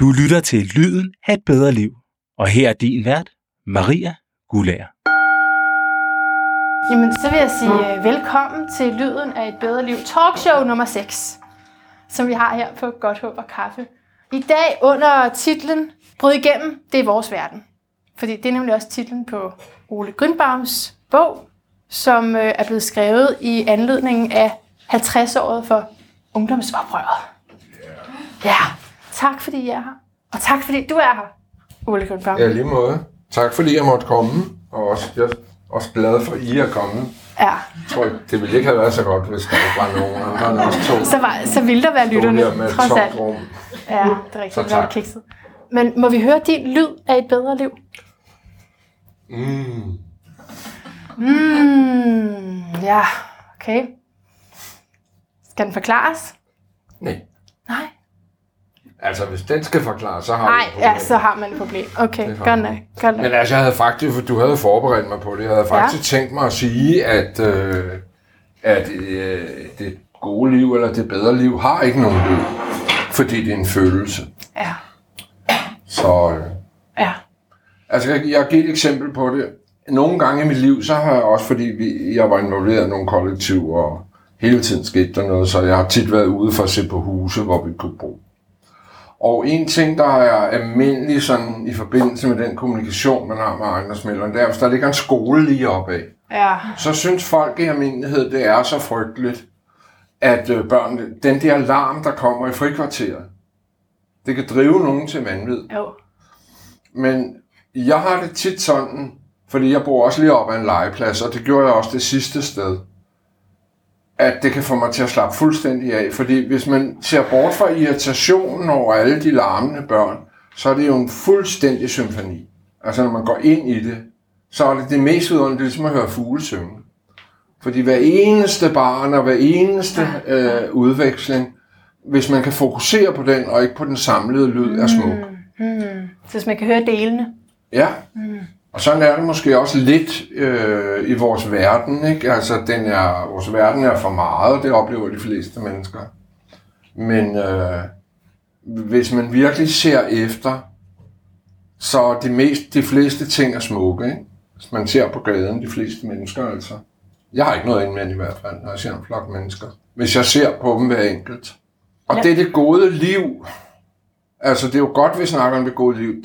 Du lytter til Lyden af et bedre liv. Og her er din vært, Maria Guldager. Jamen, så vil jeg sige velkommen til Lyden af et bedre liv, talkshow nummer 6, som vi har her på Godt Håb og Kaffe. I dag under titlen Bryd igennem, det er vores verden. Fordi det er nemlig også titlen på Ole Grünbaums bog, som er blevet skrevet i anledningen af 50-året for ungdomsoprøret. Ja, tak fordi I er her. Og tak fordi du er her, Ole Grünbaum. Ja, lige måde. Tak fordi jeg måtte komme, og jeg er også glad for, at I er kommet. Ja. Jeg tror, det ville ikke have været så godt, hvis der ikke var nogen andre også to. Så ville der være lytterne, trods alt. Rum. Ja, det er rigtigt, det var kikset. Men må vi høre din lyd af et bedre liv? Ja, okay. Skal den forklares? Nej. Nej. Altså, hvis den skal forklare, så har Nej, vi et problem. ja, så har man et problem. Okay, gør nok. Men altså, jeg havde faktisk, for du havde forberedt mig på det, jeg havde faktisk tænkt mig at sige, at det gode liv, eller det bedre liv, har ikke nogen lyd, fordi det er en følelse. Ja. Så, Ja. altså, jeg giver et eksempel på det. Nogle gange i mit liv, så har jeg også, fordi jeg var involveret i nogle kollektiver, og hele tiden skete der noget, så jeg har tit været ude for at se på huse, hvor vi kunne bo. Og en ting, der er almindelig sådan, i forbindelse med den kommunikation, man har med ejendomsmægleren, det er, hvis der ligger en skole lige opad, så synes folk i almindelighed, det er så frygteligt, at børn, den der larm, der kommer i frikvarteret, det kan drive nogen til vanvid. Jo. Men jeg har det tit sådan, fordi jeg bor også lige op ad en legeplads, og det gjorde jeg også det sidste sted, at det kan få mig til at slappe fuldstændig af. Fordi hvis man ser bort fra irritationen over alle de larmende børn, så er det jo en fuldstændig symfoni. Altså når man går ind i det, så er det mest vidunderligt, ligesom at høre fugle synge. Fordi hver eneste barn og hver eneste udveksling, hvis man kan fokusere på den, og ikke på den samlede lyd, er smuk. Så hvis man kan høre delene. Ja. Og sådan er det måske også lidt i vores verden, ikke? Altså, vores verden er for meget, det oplever de fleste mennesker. Men hvis man virkelig ser efter, så de fleste ting er smukke, ikke? Hvis man ser på gaden, de fleste mennesker, altså. Jeg har ikke noget indvendigt i hvert fald, når jeg ser en flok mennesker. Hvis jeg ser på dem hver enkelt. Og det er det gode liv. Altså, det er jo godt, vi snakker om det gode liv.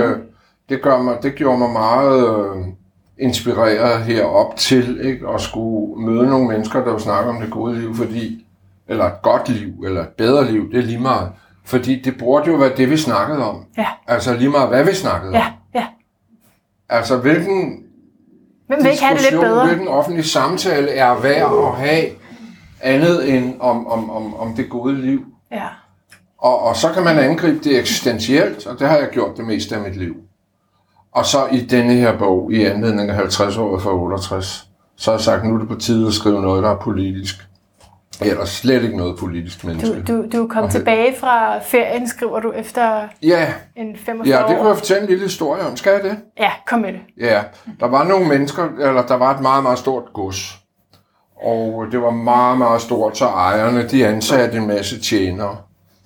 Det gjorde mig meget inspireret herop til, ikke, at skulle møde nogle mennesker, der snakker om det gode liv, eller et godt liv, eller et bedre liv, det er lige meget. Fordi det burde jo være det, vi snakkede om. Ja. Altså lige meget, hvad vi snakkede om. Ja. Altså hvilken Hvem vil ikke have det lidt bedre? Hvilken offentlig samtale er værd at have andet end om det gode liv. Ja. Og så kan man angribe det eksistentielt, og det har jeg gjort det meste af mit liv. Og så i denne her bog, i anledning af 50-året for 68, så har jeg sagt, nu er det på tide at skrive noget, der er politisk. Eller slet ikke noget politisk menneske. Du kom tilbage fra ferien, skriver du, efter en 45 år. Ja, det kunne jeg fortælle en lille historie om. Skal jeg det? Ja, kom med det. Ja, der var nogle mennesker, eller der var et meget, meget stort gods. Og det var meget, meget stort, så ejerne, de ansatte en masse tjenere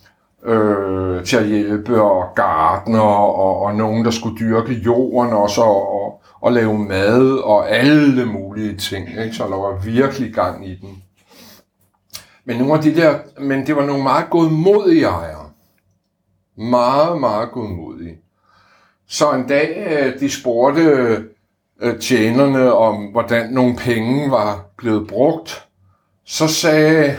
til at hjælpe, og gartner, og nogen, der skulle dyrke jorden også, og lave mad, og alle mulige ting, ikke? Så der var virkelig gang i den. Men det var nogle meget godmodige ejere. Meget, meget godmodige. Så en dag, de spurgte tjenerne om, hvordan nogle penge var blevet brugt, så sagde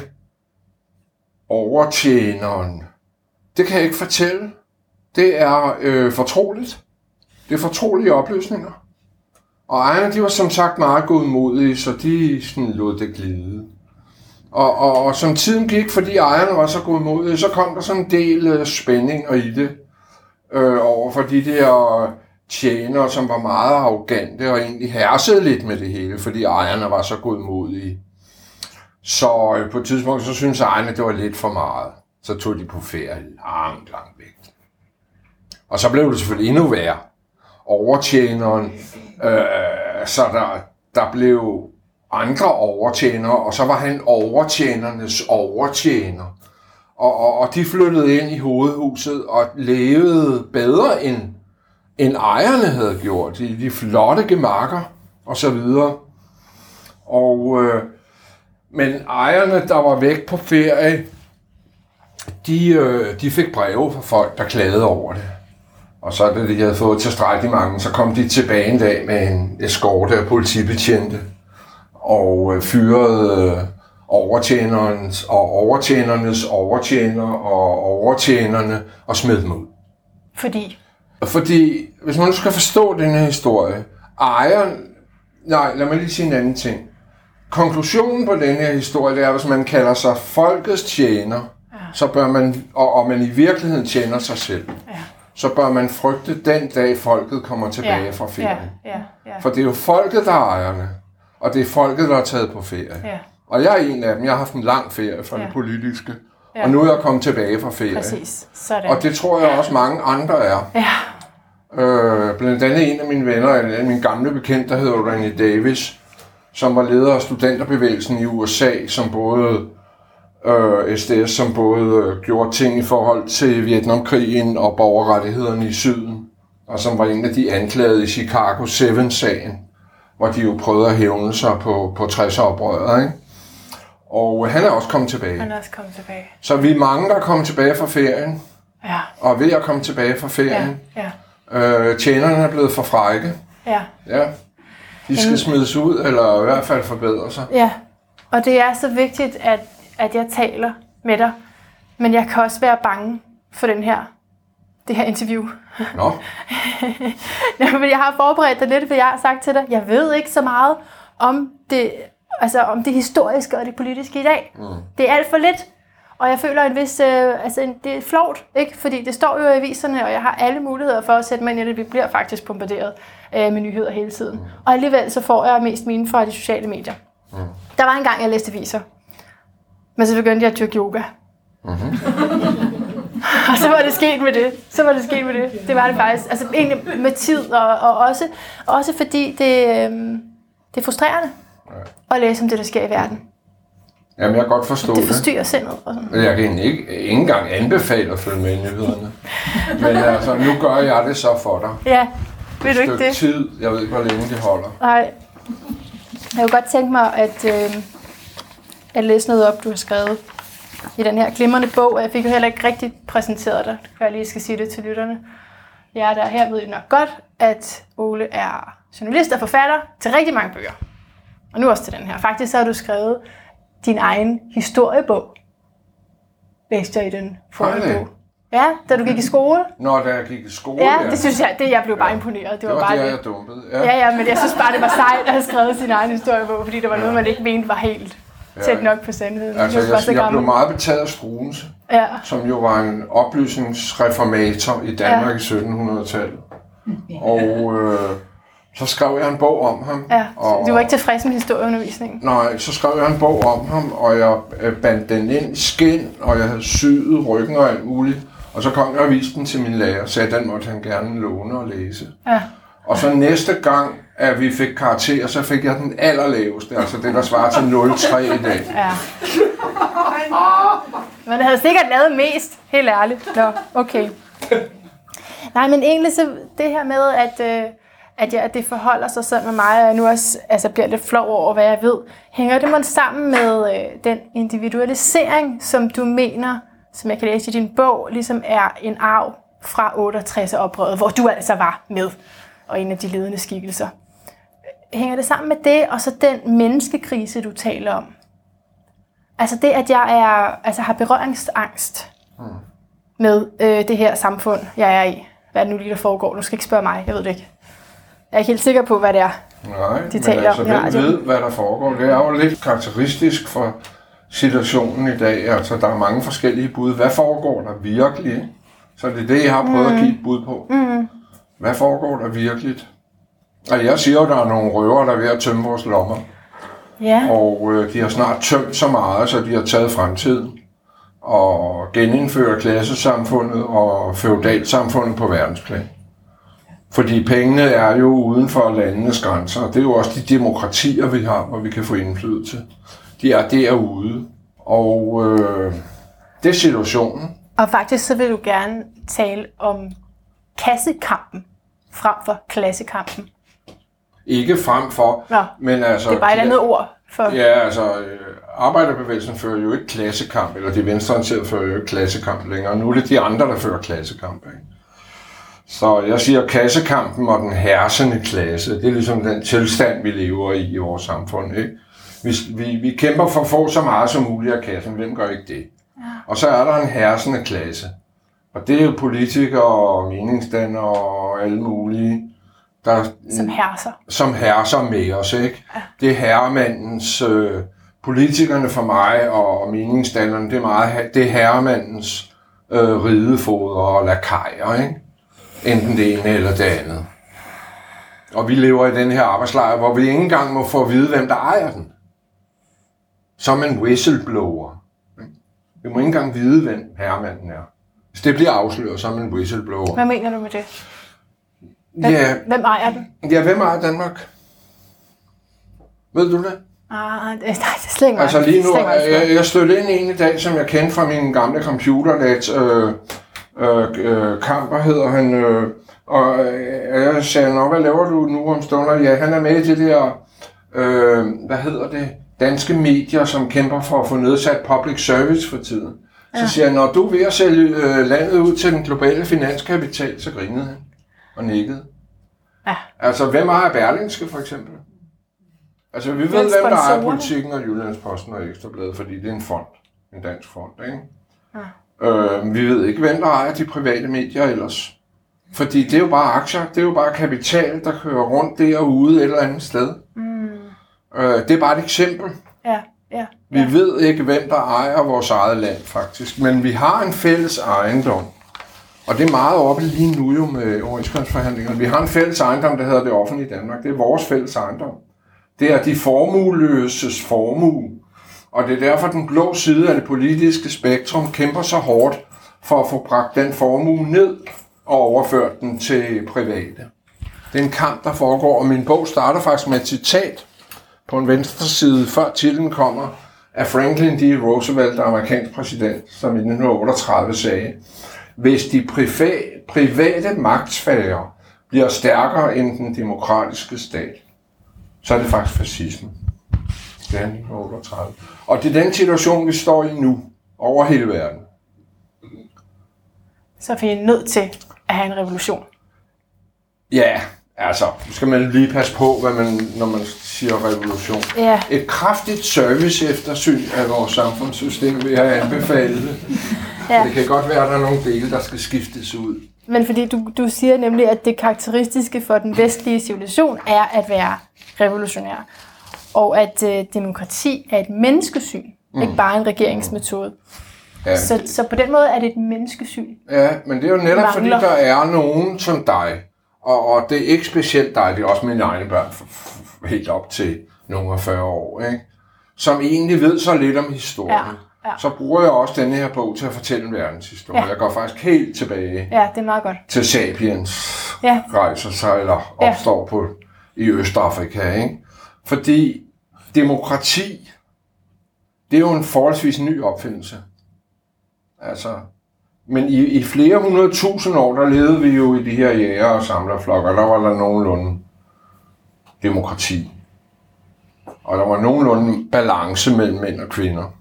overtjeneren, det kan jeg ikke fortælle. Det er fortroligt. Det er fortrolige oplysninger. Og ejerne, de var som sagt meget godmodige, så de sådan lod det glide. Og som tiden gik, fordi ejerne var så godmodige, så kom der sådan en del spændinger i det. Over for de der tjenere, som var meget arrogante og egentlig hersede lidt med det hele, fordi ejerne var så godmodige. Så på et tidspunkt, så syntes ejerne, det var lidt for meget. Så tog de på ferie langt væk. Og så blev det selvfølgelig endnu værre. Overtjeneren, så der blev andre overtjenere, og så var han overtjenernes overtjener. Og de flyttede ind i hovedhuset og levede bedre end ejerne havde gjort. I de flotte gemakker og så videre. Men ejerne, der var væk på ferie, de fik breve fra folk, der klagede over det. Og så da de havde fået tilstrækkeligt mange, så kom de tilbage en dag med en eskorte af politibetjente og fyrede overtjenernes og overtjenernes overtjener og overtjenerne og smed dem ud. Fordi, hvis man nu skal forstå den her historie, lad mig lige sige en anden ting. Konklusionen på den her historie, det er, hvis man kalder sig folkets tjener, så bør man, og man i virkeligheden tjener sig selv, så bør man frygte den dag, folket kommer tilbage fra ferien. For det er jo folket, der er ejerne, og det er folket, der er taget på ferie. Og jeg er en af dem. Jeg har haft en lang ferie fra det politiske, og nu er jeg kommet tilbage fra ferie. Præcis. Sådan. Og det tror jeg også mange andre er. Blandt andet en af mine venner, en min gamle bekendt, der hedder Randy Davis, som var leder af studenterbevægelsen i USA, som både SDS, som både gjorde ting i forhold til Vietnamkrigen og borgerrettighederne i syden, og som var en af de anklagede i Chicago 7-sagen, hvor de jo prøvede at hævne sig på 60'er-oprøret, ikke? Og han er også kommet tilbage. Så vi er mange, der er kommet tilbage fra ferien, og ved at komme tilbage fra ferien. Tjenerne er blevet for frække. De skal smides ud, eller i hvert fald forbedre sig. Ja, og det er så vigtigt, at jeg taler med dig, men jeg kan også være bange for det her interview. Nå. Jeg har forberedt dig lidt, for jeg har sagt til dig, jeg ved ikke så meget om det historiske og det politiske i dag. Det er alt for lidt, og jeg føler en vis, det er flovt, ikke? Fordi det står jo i aviserne, og jeg har alle muligheder for at sætte mig ind i det. Vi bliver faktisk bombarderet med nyheder hele tiden. Og alligevel så får jeg mest mine fra de sociale medier. Der var en gang, jeg læste aviser, men så begyndte jeg at dyrke yoga. Og så var det sket med det. Det var det faktisk. Altså egentlig med tid, og også fordi det er frustrerende at læse om det, der sker i verden. Jamen, jeg kan godt forstå det. Det forstyrrer sindet og sådan. Jeg kan ikke engang anbefale at følge med i nyhederne. Men altså, nu gør jeg det så for dig. Ja, vil du ikke det? Tid. Jeg ved ikke, hvor længe det holder. Nej. Jeg kunne godt tænke mig at læse noget op, du har skrevet i den her glimrende bog. Jeg fik jo heller ikke rigtig præsenteret dig. Det kan jeg lige skal sige det til lytterne. Jeg er der her ved I nok godt, at Ole er journalist og forfatter til rigtig mange bøger. Og nu også til den her. Faktisk så har du skrevet din egen historiebog. Læste jeg i den forrige bog. Ja, da du gik i skole. Nå, da jeg gik i skole, ja. Det synes jeg blev bare imponeret. Det var bare det, jeg dumpede. Ja, men jeg synes bare, det var sejt at have skrevet sin egen historiebog, fordi det var noget, man ikke mente var helt tæt nok på sandheden. Altså, jeg blev meget betaget af Struensee, som jo var en oplysningsreformator i Danmark i 1700-tallet. Og så skrev jeg en bog om ham. Ja, du var ikke tilfreds med historieundervisningen? Nej, så skrev jeg en bog om ham, og jeg bandt den ind i skind, og jeg havde syet ryggen og alt muligt. Og så kom jeg og viste den til min lærer, og sagde, at den måtte han gerne låne og læse. Ja. Og så næste gang, at vi fik karakter, så fik jeg den allerlaveste, altså det, der svarer til 0,3 i dag. Ja. Man havde sikkert lavet mest, helt ærligt. Nå, okay. Nej, men egentlig så det her med, at det forholder sig sådan med mig, og jeg nu også bliver lidt flov over, hvad jeg ved, hænger det måske sammen med den individualisering, som du mener, som jeg kan læse i din bog, ligesom er en arv fra 68-oprøret, hvor du altså var med, og en af de ledende skikkelser. Hænger det sammen med det, og så den menneskekrise, du taler om? Altså det, at jeg har berøringsangst med det her samfund, jeg er i. Hvad er det nu lige, der foregår? Du skal ikke spørge mig, jeg ved det ikke. Jeg er ikke helt sikker på, hvad det er, de taler om. Nej, men ved, hvad der foregår. Det er jo lidt karakteristisk for situationen i dag. Altså, der er mange forskellige bud. Hvad foregår der virkelig? Så det er det, jeg har prøvet at give et bud på. Hvad foregår der virkeligt? Og jeg siger jo, at der er nogle røvere, der er ved at tømme vores lommer. Ja. Og de har snart tømt så meget, så de har taget fremtiden og genindført klassesamfundet og feudalsamfundet på verdensplan. Fordi pengene er jo uden for landenes grænser, og det er jo også de demokratier, vi har, hvor vi kan få indflydelse. De er derude, og Det er situationen. Og faktisk så vil du gerne tale om kassekampen frem for klassekampen. Ikke frem for, men altså... Det er bare et andet ord for... Ja, altså arbejderbevægelsen fører jo ikke klassekamp, eller de venstreorienterede fører jo ikke klassekamp længere. Nu er det de andre, der fører klassekamp, ikke? Så jeg siger, klassekampen og den herskende klasse, det er ligesom den tilstand, vi lever i vores samfund, ikke? Vi kæmper for at få så meget som muligt af kassen. Hvem gør ikke det? Ja. Og så er der en herskende klasse. Og det er jo politikere og meningsdannere og alle mulige, der, som herser med os, ikke? Ja. Det er herremandens, politikerne for mig og meningsdannerne, det er herremandens ridefoder og lakajer, ikke? Enten det ene eller det andet. Og vi lever i den her arbejdslejr, hvor vi ikke engang må få at vide, hvem der ejer den. Som en whistleblower. Vi må ikke engang vide, hvem herremanden er. Hvis det bliver afsløret som en whistleblower. Hvad mener du med det? Hvem ejer den? Ja, hvem ejer Danmark? Ved du det? Nej, det slet ikke. Altså lige nu, jeg stødte ind en i dag, som jeg kendte fra min gamle computernet. Kamper hedder han. Og jeg sagde, hvad laver du nu om stunder? Ja, han er med i det der, hvad hedder det? Danske medier, som kæmper for at få nedsat public service for tiden. Så siger jeg, når du er ved at sælge landet ud til den globale finanskapital, så grinede han og nikkede. Ja. Altså, hvem ejer Berlingske for eksempel? Altså, vi ved, hvem der ejer Politikken og Jyllandsposten og Ekstrabladet, fordi det er en fond, en dansk fond, ikke? Ja. Vi ved ikke, hvem der ejer de private medier ellers. Fordi det er jo bare aktier, det er jo bare kapital, der kører rundt derude et eller andet sted. Det er bare et eksempel. Vi ved ikke, hvem der ejer vores eget land, faktisk. Men vi har en fælles ejendom. Og det er meget oppe lige nu jo med overenskomstforhandlinger. Vi har en fælles ejendom, der hedder det offentlige Danmark. Det er vores fælles ejendom. Det er de formueløses formue. Og det er derfor, den blå side af det politiske spektrum kæmper så hårdt for at få bragt den formue ned og overført den til private. Det er en kamp, der foregår, og min bog starter faktisk med et citat på en venstre side, før titlen kommer, af Franklin D. Roosevelt, der amerikansk præsident, som i 1938 sagde, hvis de private magtsfærer bliver stærkere end den demokratiske stat, så er det faktisk fascisme. Det er 1938. Og det er den situation, vi står i nu, over hele verden. Så er vi nødt til at have en revolution. Ja, altså, nu skal man lige passe på, når man siger revolution. Ja. Et kraftigt service-eftersyn af vores samfundssystem vil jeg anbefale det. Ja. Det kan godt være, at der er nogle dele, der skal skiftes ud. Men fordi du siger nemlig, at det karakteristiske for den vestlige civilisation er at være revolutionær. Og at demokrati er et menneskesyn, ikke bare en regeringsmetode. Ja. Så på den måde er det et menneskesyn. Ja, men det er jo netop fordi, der er nogen som dig. Og det er ikke specielt dig, det er også mine egne børn helt op til nogle af 40 år, ikke? Som egentlig ved så lidt om historien. Ja. Så bruger jeg også denne her bog til at fortælle en verdenshistorie. Ja. Jeg går faktisk helt tilbage det er meget godt. Til Sapiens rejser sig eller opstår i Østafrika, ikke? Fordi demokrati, det er jo en forholdsvis ny opfindelse. Altså, men i flere 100.000 år, der levede vi jo i de her jæger og samlerflokker. Der var der nogenlunde demokrati. Og der var nogenlunde balance mellem mænd og kvinder.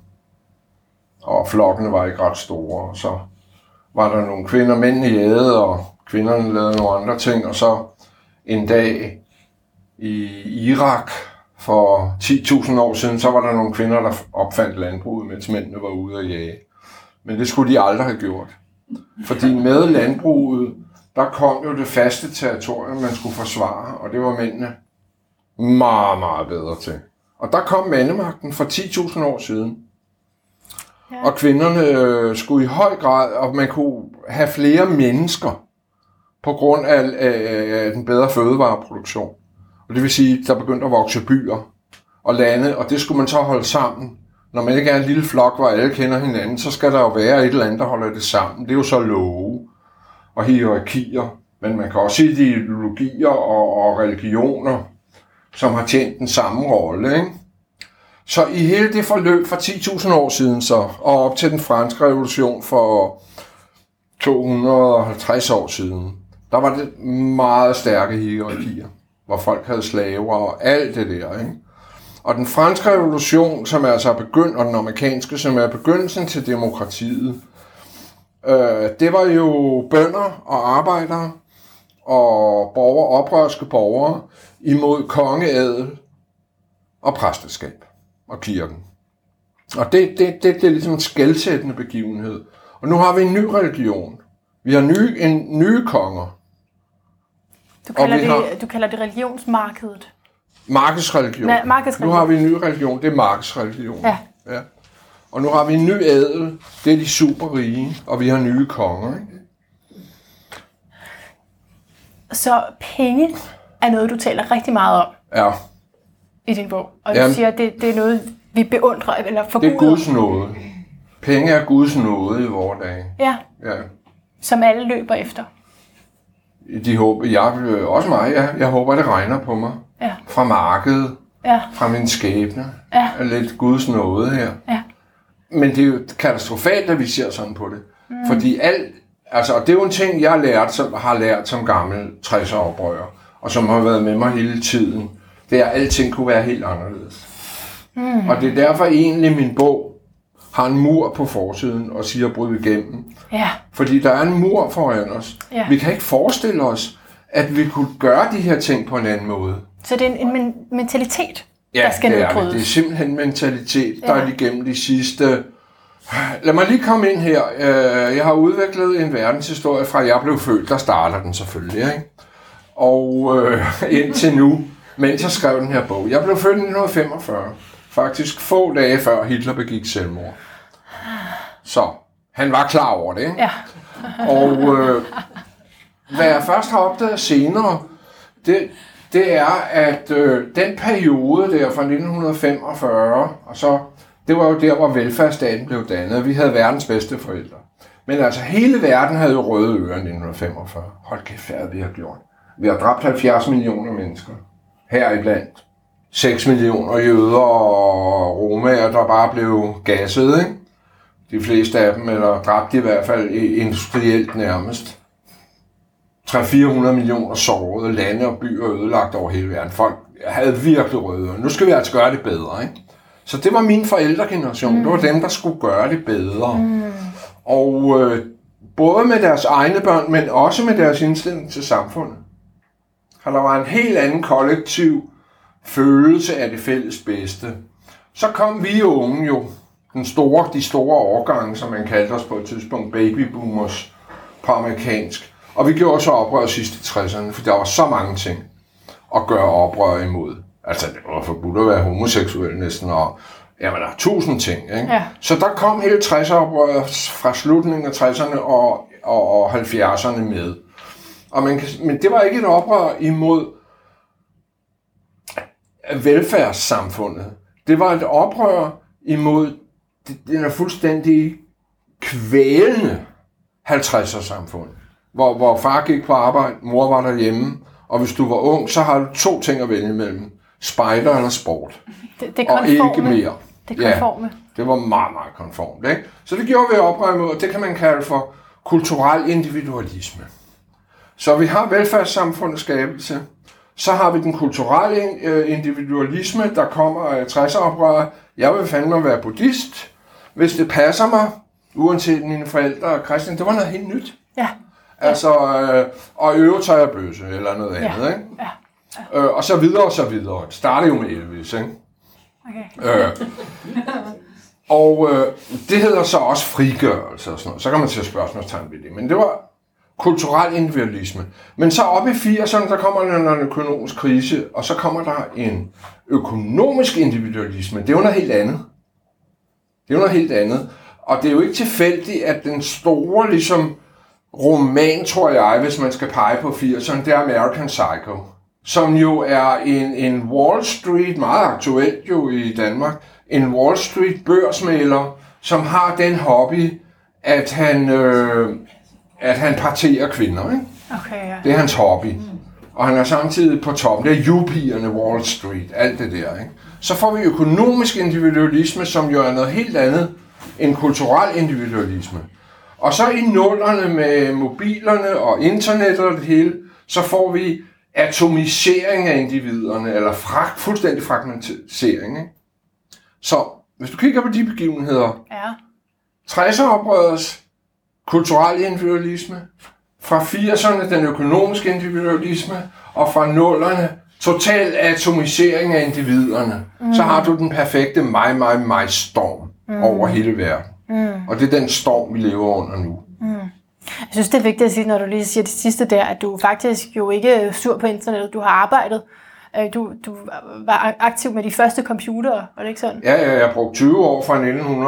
Og flokkene var ikke ret store. Så var der nogle kvinder, mændene jagede, og kvinderne lavede nogle andre ting. Og så en dag i Irak for 10.000 år siden, så var der nogle kvinder, der opfandt landbruget, mens mændene var ude at jage. Men det skulle de aldrig have gjort. Fordi med landbruget, der kom jo det faste territorium, man skulle forsvare, og det var mændene meget, meget bedre til. Og der kom mandemagten for 10.000 år siden. Ja. Og kvinderne skulle i høj grad, og man kunne have flere mennesker på grund af den bedre fødevareproduktion. Og det vil sige, der begyndte at vokse byer og lande, og det skulle man så holde sammen. Når man ikke er en lille flok, hvor alle kender hinanden, så skal der jo være et eller andet, der holder det sammen. Det er jo så love og hierarkier, men man kan også sige ideologier og religioner, som har tjent den samme rolle, ikke? Så i hele det forløb fra 10.000 år siden så, og op til den franske revolution for 250 år siden, der var det meget stærke hierarkier, hvor folk havde slaver og alt det der, ikke? Og den franske revolution, som er altså begyndt, og den amerikanske, som er begyndelsen til demokratiet, det var jo bønder og arbejdere og oprørske borgere imod kongeadel og præsteskab og kirken. Og det er ligesom en skelsættende begivenhed. Og nu har vi en ny religion. Vi har nye konger. Du kalder det religionsmarkedet. Markedsreligion. Nu har vi en ny religion, det er markedsreligion. Ja. Og nu har vi en ny adel, det er de superrige, og vi har nye konger. Ikke? Så penge er noget, du taler rigtig meget om i din bog. Og du siger, at det er noget, vi beundrer eller forguder. Det er Guds nåde. Penge er Guds nåde i vores dage. Ja. Som alle løber efter. De håber, også mig, jeg håber, det regner på mig. Ja. Fra markedet, fra min skæbne. Ja. Lidt Guds nåde her. Ja. Men det er jo katastrofalt, at vi ser sådan på det. Fordi og det er jo en ting, jeg har lært som gammel 60'er-oprører, og som har været med mig hele tiden. Det er, at alting kunne være helt anderledes. Og det er derfor egentlig min bog har en mur på forsiden og siger bryde igennem. Ja. Fordi der er en mur foran os. Ja. Vi kan ikke forestille os, at vi kunne gøre de her ting på en anden måde. Så det er en mentalitet, der skal nedbrydes? Det er simpelthen en mentalitet, der er igennem de sidste... Lad mig lige komme ind her. Jeg har udviklet en verdenshistorie fra jeg blev født, der starter den selvfølgelig, ikke? Og indtil nu, mens jeg skrev den her bog. Jeg blev født i 1945, faktisk få dage før Hitler begik selvmord. Så han var klar over det, ikke? Ja. Og hvad jeg først har opdaget senere, det er, at den periode der fra 1945, og så, det var jo der, hvor velfærdsstaten blev dannet. Vi havde verdens bedste forældre. Men altså, hele verden havde jo røde ører i 1945. Hold kæft, hvad vi har gjort. Vi har dræbt 70 millioner mennesker. Heriblandt 6 millioner jøder og romaer, der bare blev gasset, ikke? De fleste af dem, eller dræbt i hvert fald industrielt nærmest. 300-400 millioner sårede, lande og byer ødelagt over hele verden. Folk havde virkelig røde. Nu skal vi altså gøre det bedre, ikke? Så det var min forældregeneration. Det var dem, der skulle gøre det bedre. Og både med deres egne børn, men også med deres indstilling til samfundet. Og der var en helt anden kollektiv følelse af det fælles bedste. Så kom vi unge jo, de store årgange, som man kaldte os på et tidspunkt, babyboomers på amerikansk. Og vi gjorde så oprør sidst i 60'erne, for der var så mange ting at gøre oprør imod. Altså, det var forbudt at være homoseksuel næsten, og jamen, der er 1000 ting, ikke? Ja. Så der kom hele 60'er-oprøret fra slutningen af 60'erne og 70'erne med. Men det var ikke et oprør imod velfærdssamfundet. Det var et oprør imod den er fuldstændig kvælende 50'er samfund. Hvor far gik på arbejde, mor var derhjemme, og hvis du var ung, så har du 2 ting at vælge mellem. Spejder eller sport. Det og ikke mere. Det konforme. Ja, det var meget, meget konformt. Ikke? Så det gjorde vi oprør imod, og det kan man kalde for kulturel individualisme. Så vi har velfærdssamfundets skabelse, så har vi den kulturelle individualisme, der kommer af 60'er-oprøret. Jeg vil fandme være buddhist, hvis det passer mig, uanset mine forældre og kristne. Det var noget helt nyt. Ja. Altså, og øve tager jeg bøsse, eller noget andet, ikke? Ja. Og så videre og så videre. Det startede jo med Elvis, ikke? Okay. Det hedder så også frigørelse og sådan noget. Så kan man tage spørgsmålstegn ved det. Men det var kulturel individualisme. Men så op i 80'erne, der kommer der en økonomisk krise, og så kommer der en økonomisk individualisme. Det er jo noget helt andet. Og det er jo ikke tilfældigt, at den store, ligesom, roman, tror jeg, hvis man skal pege på 80'erne, det er American Psycho. Som jo er en Wall Street, meget aktuelt jo i Danmark, en Wall Street børsmægler, som har den hobby, at han parterer kvinder, ikke? Okay, ja. Det er hans hobby. og han er samtidig på toppen. Det er yuppie'erne, Wall Street, alt det der. Ikke? Så får vi økonomisk individualisme, som jo er noget helt andet end kulturel individualisme. Og så i nullerne med mobilerne og internet og det hele, så får vi atomisering af individerne, eller fuldstændig fragmentisering. Ikke? Så hvis du kigger på de begivenheder, 60'er-oprørets kulturel individualisme, fra 80'erne den økonomiske individualisme, og fra nullerne total atomisering af individerne, så har du den perfekte mig-storm over hele verden. Og det er den storm, vi lever under nu. Jeg synes, det er vigtigt at sige, når du lige siger det sidste der, at du faktisk jo ikke er sur på internettet. Du har arbejdet. Du var aktiv med de første computere, var det ikke sådan? Ja, jeg har brugt 20 år fra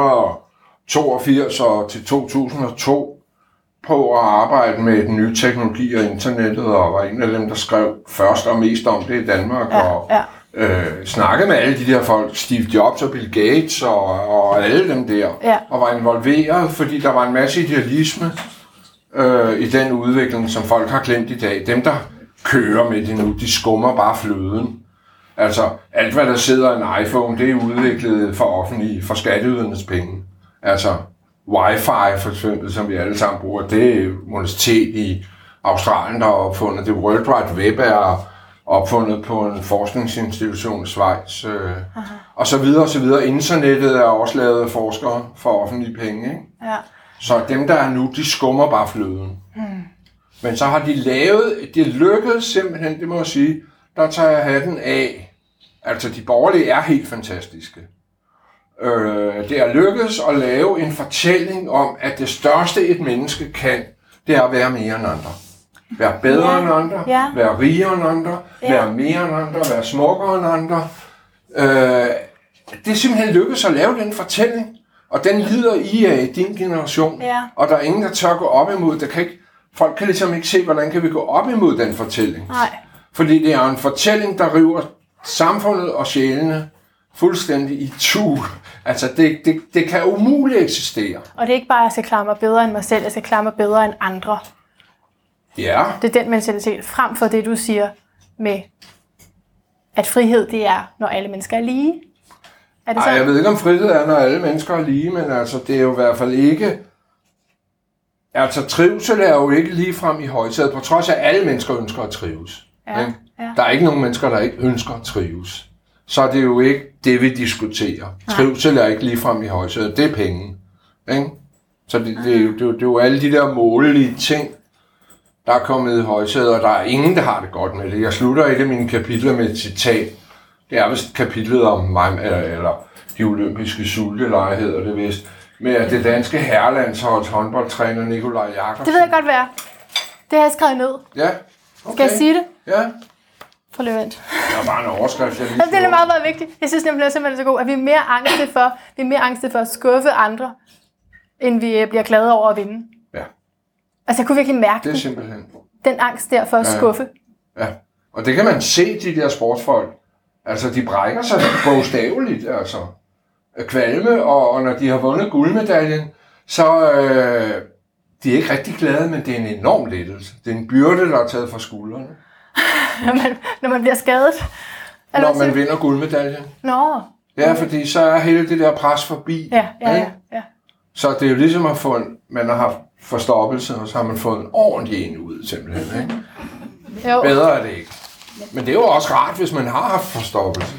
1982 og til 2002 på at arbejde med den nye teknologi og internettet, og var en af dem, der skrev først og mest om det i Danmark, snakkede med alle de der folk, Steve Jobs og Bill Gates og alle dem der, og var involveret, fordi der var en masse idealisme i den udvikling, som folk har glemt i dag. Dem, der kører med det nu, de skummer bare fløden. Altså, alt hvad der sidder i en iPhone, det er udviklet for skatteydernes penge. Altså, Wi-Fi for eksempel, som vi alle sammen bruger, det er universitet i Australien, der har opfundet det. World Wide Web er opfundet på en forskningsinstitution i Schweiz, og så videre og så videre. Internettet er også lavet af forskere for offentlige penge, ikke? Ja. Så dem, der er nu, de skummer bare fløden. Men så har de lykkedes simpelthen, det må jeg sige, der tager jeg hatten af. Altså, de borgerlige er helt fantastiske. Det er lykkedes at lave en fortælling om, at det største et menneske kan, det er at være mere end andre. Være bedre end andre, være rigere end andre, være mere end andre, være smukkere end andre. Det er simpelthen lykkedes at lave den fortælling, og den lider I af i din generation, og der er ingen, der tør gå op imod. Folk kan ligesom ikke se, hvordan kan vi gå op imod den fortælling. Nej. Fordi det er en fortælling, der river samfundet og sjælene fuldstændig i tu. Altså, det kan umuligt eksistere. Og det er ikke bare, at jeg skal klare mig bedre end mig selv, jeg skal klare mig bedre end andre. Ja. Det er den mentalitet, frem for det, du siger med, at frihed, det er, når alle mennesker er lige. Er det sådan? Ej, jeg ved ikke, om frihed er, når alle mennesker er lige, men altså, det er jo i hvert fald ikke... Altså, trivsel er jo ikke lige frem i højsædet, på trods af, at alle mennesker ønsker at trives. Ja. Der er ikke nogen mennesker, der ikke ønsker at trives. Så er det jo ikke det, vi diskuterer. Trivsel er ikke lige frem i højsædet, det er penge. Ikke? Så det er jo alle de der målelige ting, der er kommet i højsædet, og der er ingen, der har det godt med det. Jeg slutter et af mine kapitler med et citat. Det er vist kapitlet om mig, eller de olympiske sultelege hedder det vist, med at det danske herrelandsholds håndboldtræner Nikolaj Jakobsen. Det ved jeg godt være. Det har jeg skrevet ned. Ja, okay. Skal jeg sige det? Ja. For løvent. Det var bare en overskrift, jeg lige det er meget, meget vigtigt. Jeg synes nemlig, det er simpelthen så god, at vi er mere angste for at skuffe andre, end vi bliver glade over at vinde. Ja. Altså, jeg kunne virkelig mærke det. Er simpelthen. Den angst der for at skuffe. Ja, og det kan man se, de der sportsfolk. Altså, de brækker sig bogstaveligt, altså. Kvalme, og når de har vundet guldmedaljen, så de er ikke rigtig glade, men det er en enorm lettelse. Det er en byrde, der er taget fra skuldrene. når man bliver skadet? Når man vinder guldmedaljen. Nå. Ja, fordi så er hele det der pres forbi. Ja. Så det er jo ligesom at få man har haft forstoppelse, og så har man fået en ordentlig en ud, simpelthen. Ikke? Jo. Bedre er det ikke. Men det er jo også rart, hvis man har haft forstoppelse.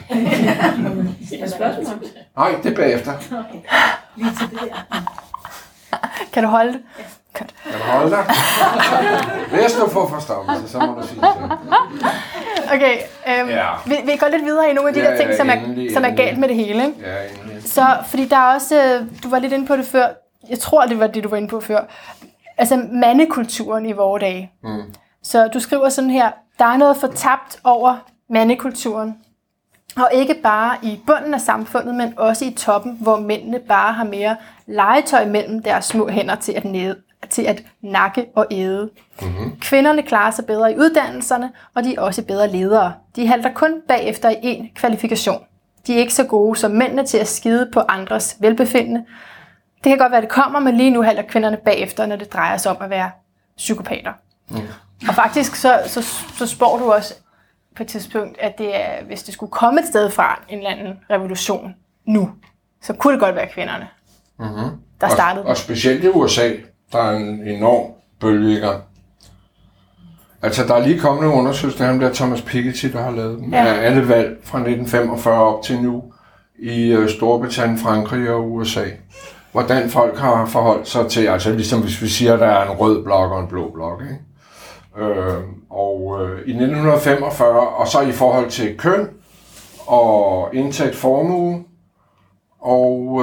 Nej, det er bagefter. Lige til det der. Kan du holde det? Kan du holde dig? Hvis du får forstoppelse, så må du sige det. Okay, vi går lidt videre i nogle af de der ting, som er galt med det hele. Ikke? Ja, endelig. Så, fordi der er også, du var lidt inde på det før, jeg tror, det var det, du var inde på før, altså mandekulturen i vore dage. Så du skriver sådan her, der er noget fortabt over mandekulturen, og ikke bare i bunden af samfundet, men også i toppen, hvor mændene bare har mere legetøj mellem deres små hænder til at nakke og æde. Kvinderne klarer sig bedre i uddannelserne, og de er også bedre ledere. De halter kun bagefter i én kvalifikation. De er ikke så gode som mændene til at skide på andres velbefindende. Det kan godt være, det kommer, men lige nu halter kvinderne bagefter, når det drejer sig om at være psykopater. Og faktisk så spår du også på et tidspunkt, at det er, hvis det skulle komme et sted fra en eller anden revolution nu, så kunne det godt være kvinderne, der startede. Og specielt i USA, der er en enorm bølge i gang. Altså, der er lige kommet nogle undersøgelser, ham der Thomas Piketty, der har lavet dem, af alle valg fra 1945 op til nu i Storbritannien, Frankrig og USA. Hvordan folk har forholdt sig til, altså ligesom hvis vi siger, at der er en rød blok og en blå blok, ikke? I 1945, og så i forhold til køn og indtægt formue, og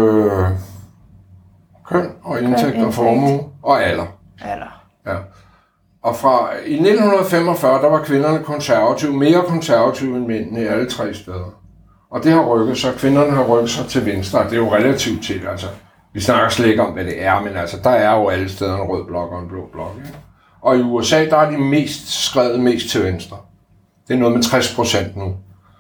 køn og indtægt og formue og alder. Ja. Og i 1945, der var kvinderne konservative, mere konservative end mændene i alle 3 steder. Og det har rykket sig, kvinderne har rykket sig til venstre, det er jo relativt til, altså. Vi snakker slet ikke om, hvad det er, men altså, der er jo alle steder en rød blok og en blå blok, ikke? Og i USA, der er de skrevet mest til venstre. Det er noget med 60% nu.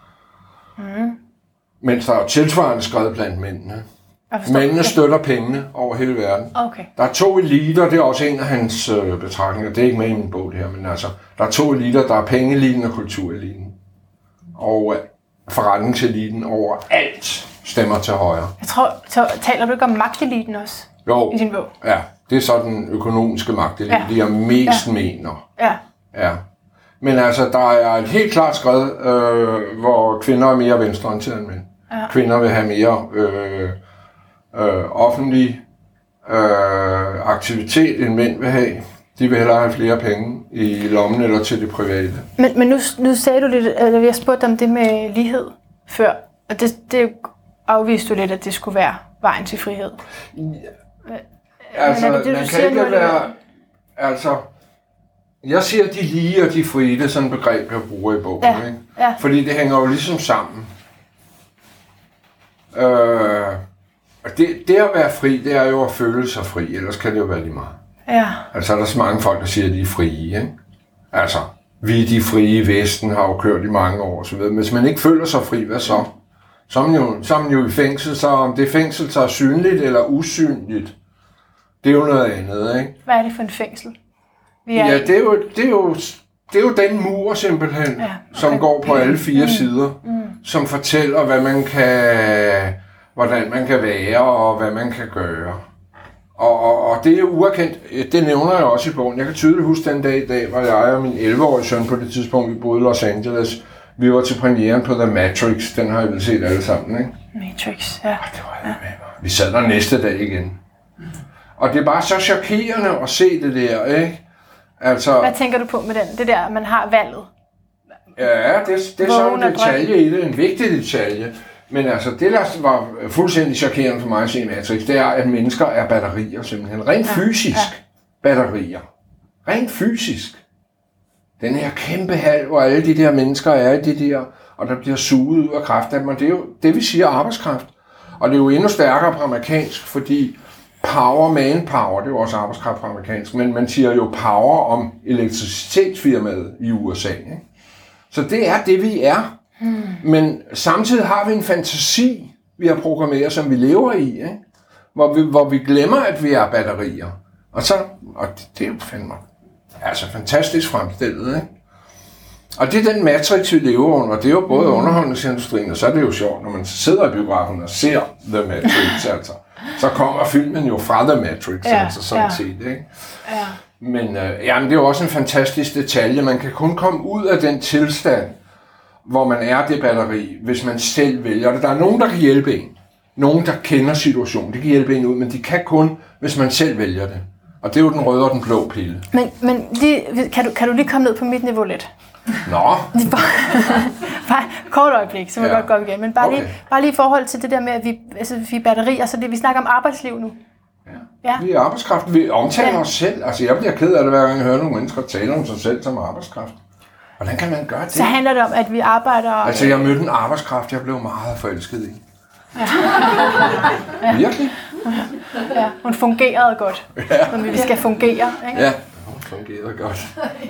Mens der er jo tilsvarende skrevet blandt mændene. Mændene støtter pengene over hele verden. Okay. Der er 2 eliter, det er også en af hans betragtninger. Det er ikke med i min bog det her, men altså, der er 2 eliter, der er pengeeliten og kultureliten. Og forretningseliten overalt stemmer til højre. Jeg tror, taler du ikke om magteliten også? Jo, i din bog? Ja, det er så den økonomiske magtelite, de jeg mest mener. Ja. Men altså, der er et helt klart skred, hvor kvinder er mere venstreorienterede end mænd. Ja. Kvinder vil have mere offentlig aktivitet, end mænd vil have. De vil hellere have flere penge i lommen eller til det private. Men nu sagde du lidt, at vi har spurgt om det med lighed før, og det afviste du lidt, at det skulle være vejen til frihed. Altså, man kan ikke være... Altså, jeg siger de lige og de frie, det er sådan et begreb, jeg bruger i bogen, ikke? Ja. Fordi det hænger jo ligesom sammen. Det at være fri, det er jo at føle sig fri, ellers kan det jo være lige meget. Ja. Altså, der er så mange folk, der siger, at de er frie, ikke? Altså, vi de frie i Vesten har jo kørt i mange år, så videre. Hvis man ikke føler sig fri, hvad så? Så er man jo i fængsel, så om det fængsel så er synligt eller usynligt, det er jo noget andet, ikke? Hvad er det for en fængsel? Ja, det er jo den mur simpelthen, som går på alle 4 sider, som fortæller, hvordan man kan være og hvad man kan gøre. Og det er uerkendt, det nævner jeg også i bogen. Jeg kan tydeligt huske den dag i dag, hvor jeg og min 11-årige søn på det tidspunkt, vi boede i Los Angeles. Vi var til premieren på The Matrix, den har I vel set alle sammen, ikke? Matrix, ja. Det var med mig. Vi sad der næste dag igen. Og det er bare så chokerende at se det der, ikke? Altså, hvad tænker du på med den? Det der, man har valget? Ja, det er sådan en detalje i det, en vigtig detalje. Men altså, det der var fuldstændig chokerende for mig at se i Matrix, det er, at mennesker er batterier simpelthen. Rent fysisk batterier. Rent fysisk. Den her kæmpe hal, hvor alle de der mennesker er i de der, og der bliver suget ud af kraft af dem, og det er jo det, vi siger arbejdskraft. Og det er jo endnu stærkere på amerikansk, fordi manpower, det er jo også arbejdskraft på amerikansk, men man siger jo power om elektricitetsfirmaet i USA, ikke? Så det er det, vi er. Men samtidig har vi en fantasi, vi har programmeret, som vi lever i, ikke? Hvor vi glemmer, at vi er batterier. Og det er jo fandme fantastisk fremstillet, ikke? Og det er den Matrix, vi lever under. Det er jo både underholdningsindustrien, og så er det jo sjovt, når man sidder i biografen og ser The Matrix, altså. Så kommer filmen jo fra The Matrix, altså sådan set, ikke? Ja. Men det er jo også en fantastisk detalje. Man kan kun komme ud af den tilstand, hvor man er det batteri, hvis man selv vælger det. Der er nogen, der kan hjælpe en. Nogen, der kender situationen. De kan hjælpe en ud, men de kan kun, hvis man selv vælger det. Og det er jo den røde og den blå pille. Men kan du lige komme ned på mit niveau lidt? Nå. Bare kort øjeblik, så må jeg godt gå igen. Men bare lige i forhold til det der med, at vi er batterier, så vi snakker om arbejdsliv nu. Ja. Vi er arbejdskraft. Vi omtaler os selv. Altså, jeg bliver ked af det, hver gang jeg hører nogle mennesker tale om sig selv som arbejdskraft. Hvordan kan man gøre det? Så handler det om, at vi arbejder... Altså, jeg mødte en arbejdskraft, jeg blev meget forelsket i. Ja. Virkelig? Ja, hun fungerede godt. Ja. Men vi skal fungere, ikke? Ja, hun fungerede godt.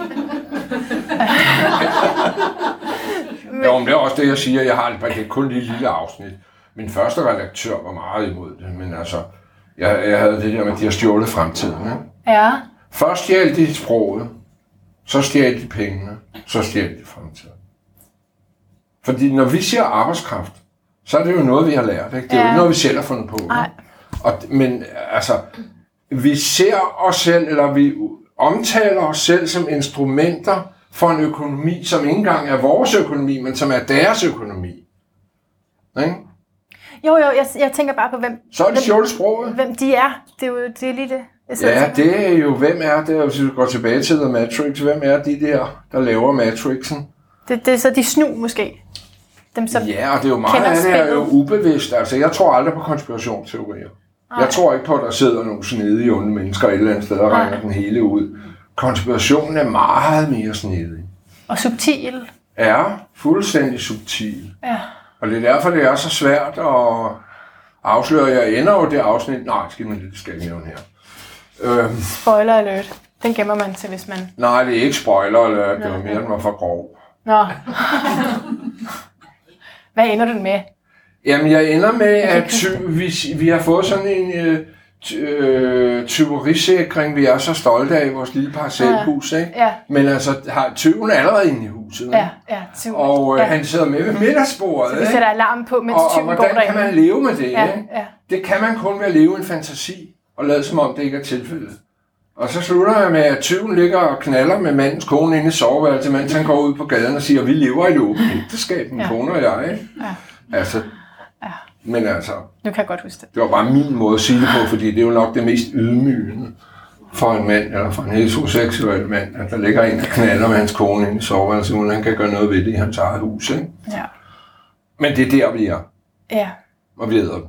Jo, men det er også det, jeg siger. Jeg har det er kun et lille afsnit. Min første redaktør var meget imod det, men altså... Jeg havde det der med, at de har stjålet fremtiden. Ikke? Ja. Først stjal de sproget. så stjæler de pengene, så stjæler de fremtiden. Fordi når vi siger arbejdskraft, så er det jo noget, vi har lært. Ikke? Det er jo ikke noget, vi selv har fundet på. Men altså, vi ser os selv, eller vi omtaler os selv som instrumenter for en økonomi, som ikke engang er vores økonomi, men som er deres økonomi. Ikke? Jo, jeg tænker bare på, så er det sjovt sproget. Hvem de er. Det er lige det. Ja, det er jo, hvem er det, hvis vi går tilbage til The Matrix, hvem er de der laver Matrixen? Det er så de snu, måske. Dem, som ja, og det er jo meget af det er jo ubevidst. Altså, jeg tror aldrig på konspirationsteorier. Jeg tror ikke på, at der sidder nogle snedige onde mennesker et eller andet sted og regner den hele ud. Konspirationen er meget mere snedig. Og subtil. Ja, fuldstændig subtil. Ja. Og det er derfor, det er så svært at afsløre. Jeg ender jo det afsnit. Nej, det skal jeg ikke nævne her. Spoiler alert. Den gemmer man til, hvis man... Nej, det er ikke spoiler alert. Det var mere, den var for grov. Nå. Hvad ender du med? Jamen, jeg ender med, at vi har fået sådan en tyverisikring, vi er så stolte af i vores lille parcelhus, ikke? Ja. Men altså, har tyven allerede inde i huset, ikke? Tyven. Og han sidder med ved middagsbordet, så vi sætter alarm på, mens tyven går derinde. Og hvordan kan man leve med det, ikke? Ja. Det kan man kun ved at leve en fantasi, og lade som om det ikke er tilfældet. Og så slutter jeg med, at tyven ligger og knaller med mandens kone inde i soveværelset, mens han går ud på gaden og siger, vi lever i et åbent ægteskab, min kone og jeg, ikke? Ja. Altså, men altså... Nu kan jeg godt huske det. Det var bare min måde at sige det på, fordi det er jo nok det mest ydmygende for en mand, eller for en heteroseksuel mand, at der ligger en, der knaller med hans kone inde i soveværelset, uden han kan gøre noget ved det i hans eget hus, ikke? Ja. Men det er der, vi er. Ja. Og vi æder dem.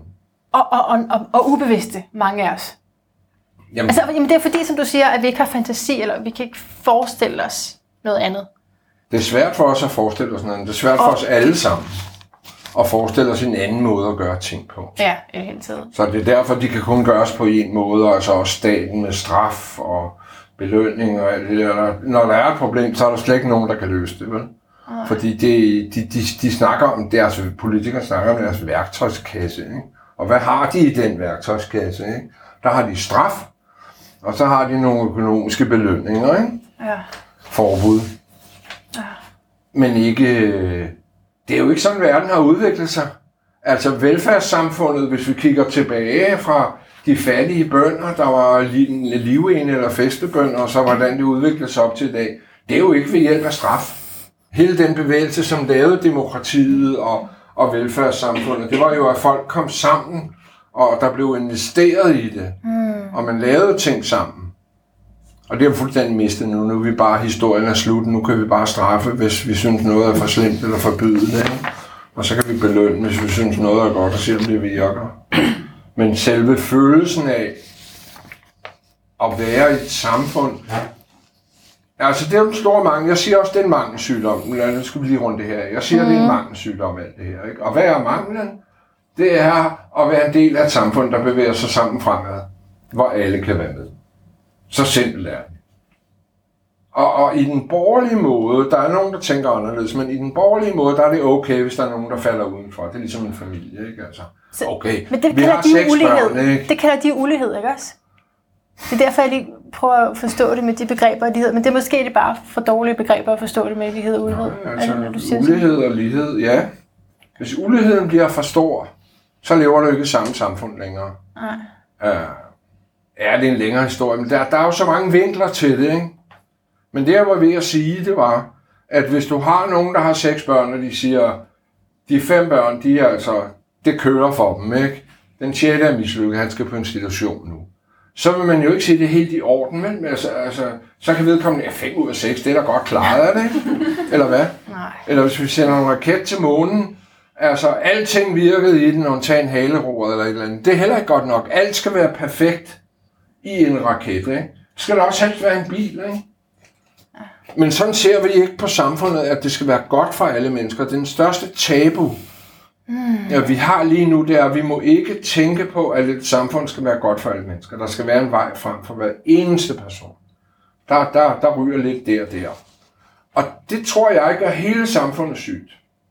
Og ubevidste, mange af os. Jamen, det er fordi, som du siger, at vi ikke har fantasi, eller vi kan ikke forestille os noget andet. Det er svært for os at forestille os noget andet. Det er svært for os alle sammen at forestille os en anden måde at gøre ting på. Ja, i det hele taget. Så det er derfor, de kan kun gøres på en måde, altså også staten med straf og belønning og alt det der. Når der er et problem, så er der slet ikke nogen, der kan løse det, vel? Fordi de snakker om, politikere snakker om deres værktøjskasse, ikke? Og hvad har de i den værktøjskasse, ikke? Der har de straf, og så har de nogle økonomiske belønninger, ikke? Ja. Forbud. Ja. Men ikke... Det er jo ikke sådan, verden har udviklet sig. Altså velfærdssamfundet, hvis vi kigger tilbage fra de fattige bønder, der var livene eller festebønder, og så hvordan det udviklede sig op til i dag, det er jo ikke ved hjælp af straf. Hele den bevægelse, som lavede demokratiet og velfærdssamfundet, det var jo, at folk kom sammen, og der blev investeret i det, og man lavede ting sammen. Og det er fuldstændig mistet nu. Nu er vi bare, historien er slut. Nu kan vi bare straffe, hvis vi synes noget er for slemt eller forbyde det. Ikke? Og så kan vi belønne, hvis vi synes noget er godt, og se om det virker. Men selve følelsen af at være i et samfund, altså det er jo en stor mangel. Jeg siger også, det er en mangelsygdom. Nu skal vi lige rundt det her. Jeg siger, det er en mangelsygdom, alt det her. Ikke? Og hvad er manglen? Det er at være en del af et samfund, der bevæger sig sammen fremad, hvor alle kan være med. Så simpelt er det. Og i den borgerlige måde, der er nogen, der tænker anderledes, men i den borgerlige måde, der er det okay, hvis der er nogen, der falder udenfor. Det er ligesom en familie, ikke? Altså, okay, men det vi har 6 børn, ikke? Det kalder de ulighed, ikke også? Det er derfor, jeg lige prøver at forstå det med de begreber, de hedder. Men det er måske det bare for dårlige begreber at forstå det med, at de hedder ulighed. Nej, altså, ulighed og lighed, ja. Hvis uligheden bliver for stor, så lever du ikke i samme samfund længere. Nej. Ja, det er en længere historie, men der er jo så mange vinkler til det, ikke? Men det, jeg var ved at sige, det var, at hvis du har nogen, der har 6 børn, og de siger, de 5 børn, de er altså, det kører for dem, ikke? Den 6. er mislykket, han skal på institution nu. Så vil man jo ikke sige, det er helt i orden, men altså, så kan vedkommende, 5 ud af 6, det er da godt klaret af det, ikke? Eller hvad? Nej. Eller hvis vi sender en raket til månen, altså alting virkede i den, og tager en haleroret eller et eller andet. Det er heller ikke godt nok. Alt skal være perfekt i en raket, ikke? Skal der også helst være en bil, ikke? Men sådan ser vi ikke på samfundet, at det skal være godt for alle mennesker. Den største tabu, vi har lige nu, det er, at vi må ikke tænke på, at et samfund skal være godt for alle mennesker. Der skal være en vej frem for hver eneste person. Der ryger lidt der. Og det tror jeg gør hele samfundet sygt.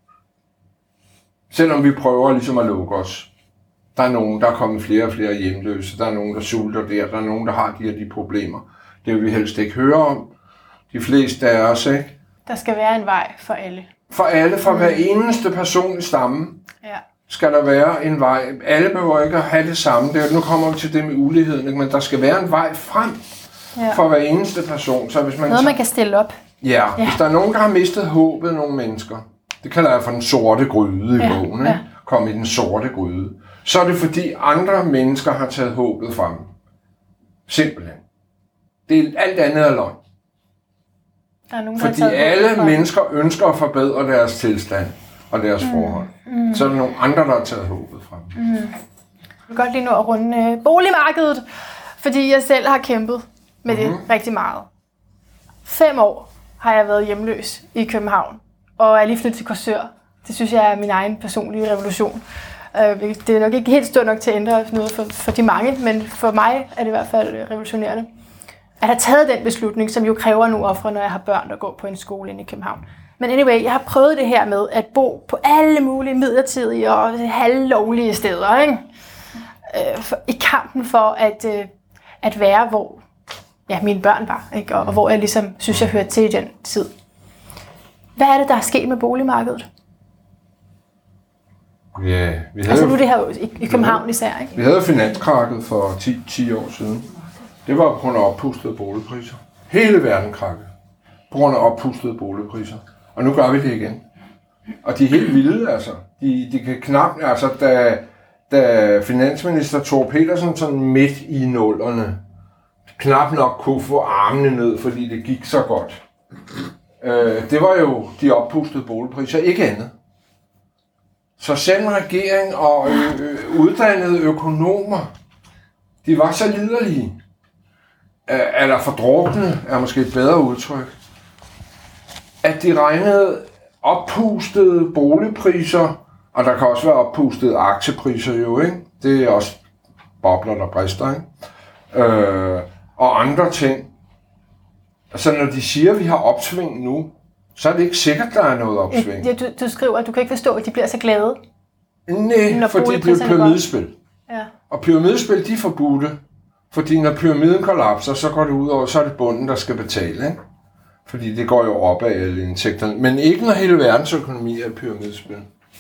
Selvom vi prøver ligesom at lukke os. Der er nogen, der er kommet flere og flere hjemløse. Der er nogen, der sulter der. Der er nogen, der har de her de problemer. Det vil vi helst ikke høre om. de fleste af os, ikke? Der skal være en vej for alle. For alle, for hver eneste person i stammen, Ja. skal der være en vej. Alle behøver ikke at have det samme. Nu kommer vi til det med uligheden, ikke? Men der skal være en vej frem for hver eneste person. Så hvis man kan stille op. Ja, hvis der er nogen, der har mistet håbet, nogle mennesker, det kalder jeg for den sorte gryde i bogen, ikke? Kom i den sorte gryde. Så er det fordi andre mennesker har taget håbet fra dem. Simpelthen. Det er alt andet af løgn. Der er nogen, fordi alle mennesker ønsker at forbedre deres tilstand og deres forhold. Så er der nogle andre, der har taget håbet fra dem. Jeg vil godt lige nå at runde boligmarkedet, fordi jeg selv har kæmpet med det rigtig meget. 5 år har jeg været hjemløs i København, og er lige flyttet til Korsør. Det synes jeg er min egen personlige revolution. Det er nok ikke helt stort nok til at ændre noget for de mange, men for mig er det i hvert fald revolutionerende. At have taget den beslutning, som jo kræver nogle ofre, når jeg har børn, der går på en skole inde i København. Men anyway, jeg har prøvet det her med at bo på alle mulige midlertidige og halvlovlige steder, ikke? I kampen for at være, hvor mine børn var, ikke? Og hvor jeg ligesom synes, jeg hørte til i den tid. Hvad er det, der er sket med boligmarkedet? Ja, vi havde altså nu det her i København især, ikke? Vi havde finanskrakket for 10 år siden. Det var på grund af oppustede boligpriser. Hele verden krakkede på grund af oppustede boligpriser. Og nu gør vi det igen. Og de er helt vilde, altså. De kan knap, altså da finansminister Thor Pedersen sådan midt i nullerne knap nok kunne få armene ned, fordi det gik så godt. Det var jo de oppustede boligpriser, ikke andet. Så selv regering og uddannede økonomer, de var så liderlige, eller fordrukne, er måske et bedre udtryk, at de regnede oppustede boligpriser, og der kan også være oppustede aktiepriser jo, ikke? Det er også bobler, der brister, ikke? Og andre ting. Så når de siger, at vi har opsving nu, så er det ikke sikkert, der er noget opsving. Ja, du skriver, at du kan ikke forstå, at de bliver så glade. Nej, fordi det er pyramidespil. Ja. Og pyramidespil, de er forbudte. Fordi når pyramiden kollapser, så går det ud over, så er det bunden, der skal betale, ikke? Fordi det går jo op af alle indtægterne. Men ikke når hele verdensøkonomi er et pyramidespil.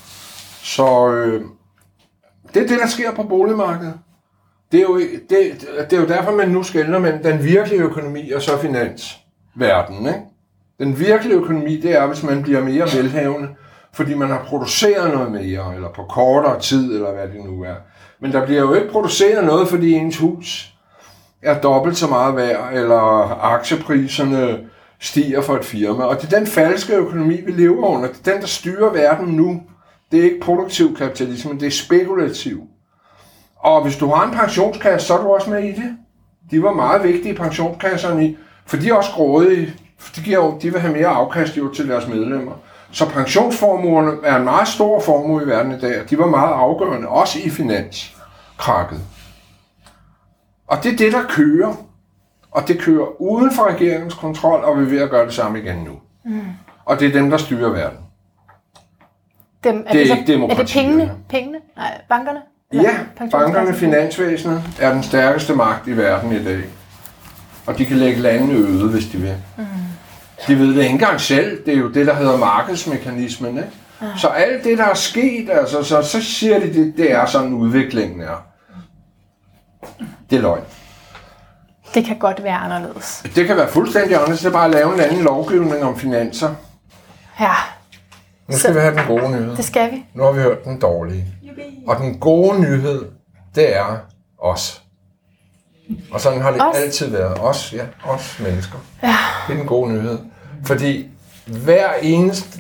Så det er det, der sker på boligmarkedet. Det er jo derfor, man nu skelner mellem den virkelige økonomi og så finansverdenen, ikke? Den virkelige økonomi, det er, hvis man bliver mere velhavende, fordi man har produceret noget mere, eller på kortere tid, eller hvad det nu er. Men der bliver jo ikke produceret noget, fordi ens hus er dobbelt så meget værd, eller aktiepriserne stiger for et firma. Og det er den falske økonomi, vi lever under. Det er den, der styrer verden nu. Det er ikke produktiv kapitalisme, det er spekulativ. Og hvis du har en pensionskasse, så er du også med i det. De var meget vigtige, pensionskasserne, for de er også grådige. De vil have mere afkast til deres medlemmer. Så pensionsformuerne er en meget stor formue i verden i dag, og de var meget afgørende, også i finanskrakket. Og det er det, der kører. Og det kører uden for regeringens kontrol, og vi er ved at gøre det samme igen nu. Og det er dem, der styrer verden. Det er ikke demokratiet. Er det pengene? Nej, bankerne? Ja, bankerne, finansvæsenet er den stærkeste magt i verden i dag. Og de kan lægge landene øde, hvis de vil. De ved det ikke engang selv. Det er jo det, der hedder markedsmekanismen, ikke? Så alt det, der er sket, altså, så siger de, det er sådan udviklingen er. Det er løgn. Det kan godt være anderledes. Det kan være fuldstændig anderledes. Det er bare at lave en anden lovgivning om finanser. Ja. Nu skal vi have den gode nyhed. Det skal vi. Nu har vi hørt den dårlige. Og den gode nyhed, det er os. Og sådan har det altid været. Os mennesker. Ja. Det er den gode nyhed. Fordi hver eneste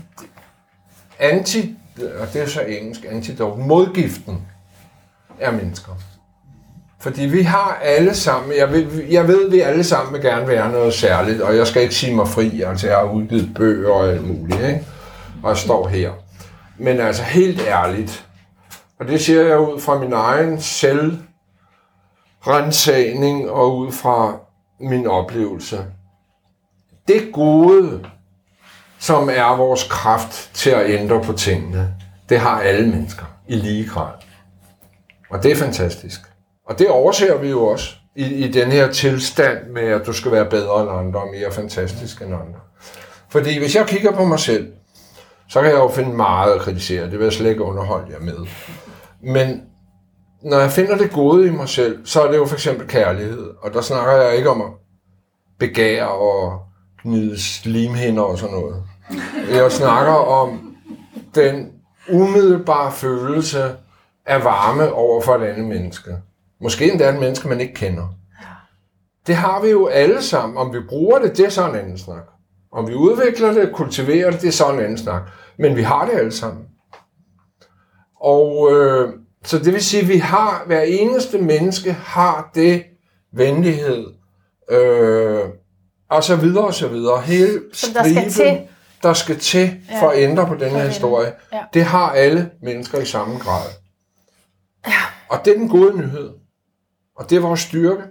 og det er så engelsk, modgiften er mennesker. Fordi vi har alle sammen, jeg ved, vi alle sammen vil gerne være noget særligt, og jeg skal ikke sige mig fri, altså jeg har udgivet bøger og alt muligt, ikke? Og jeg står her. Men altså helt ærligt, og det siger jeg ud fra min egen selvrensagning og ud fra min oplevelse. Det gode, som er vores kraft til at ændre på tingene, det har alle mennesker i lige grad. Og det er fantastisk. Og det overser vi jo også. i den her tilstand med, at du skal være bedre end andre og mere fantastisk end andre. Fordi hvis jeg kigger på mig selv, så kan jeg jo finde meget at kritisere. Det vil jeg slet ikke underholde jer med. Men når jeg finder det gode i mig selv, så er det jo for eksempel kærlighed. Og der snakker jeg ikke om at begære og gnide slimhinder og sådan noget. Jeg snakker om den umiddelbare følelse af varme over for et andet menneske. Måske endda et menneske, man ikke kender. Det har vi jo alle sammen. Om vi bruger det, det er sådan en anden snak. Om vi udvikler det, kultiverer det, det er sådan en anden snak. Men vi har det alle sammen. Og så det vil sige, at vi har, hver eneste menneske har det venlighed, og så videre og så videre. Hele striben, der skal til for at ændre på den her historie. Ja. Det har alle mennesker i samme grad. Ja. Og det er den gode nyhed. Og det er vores styrke.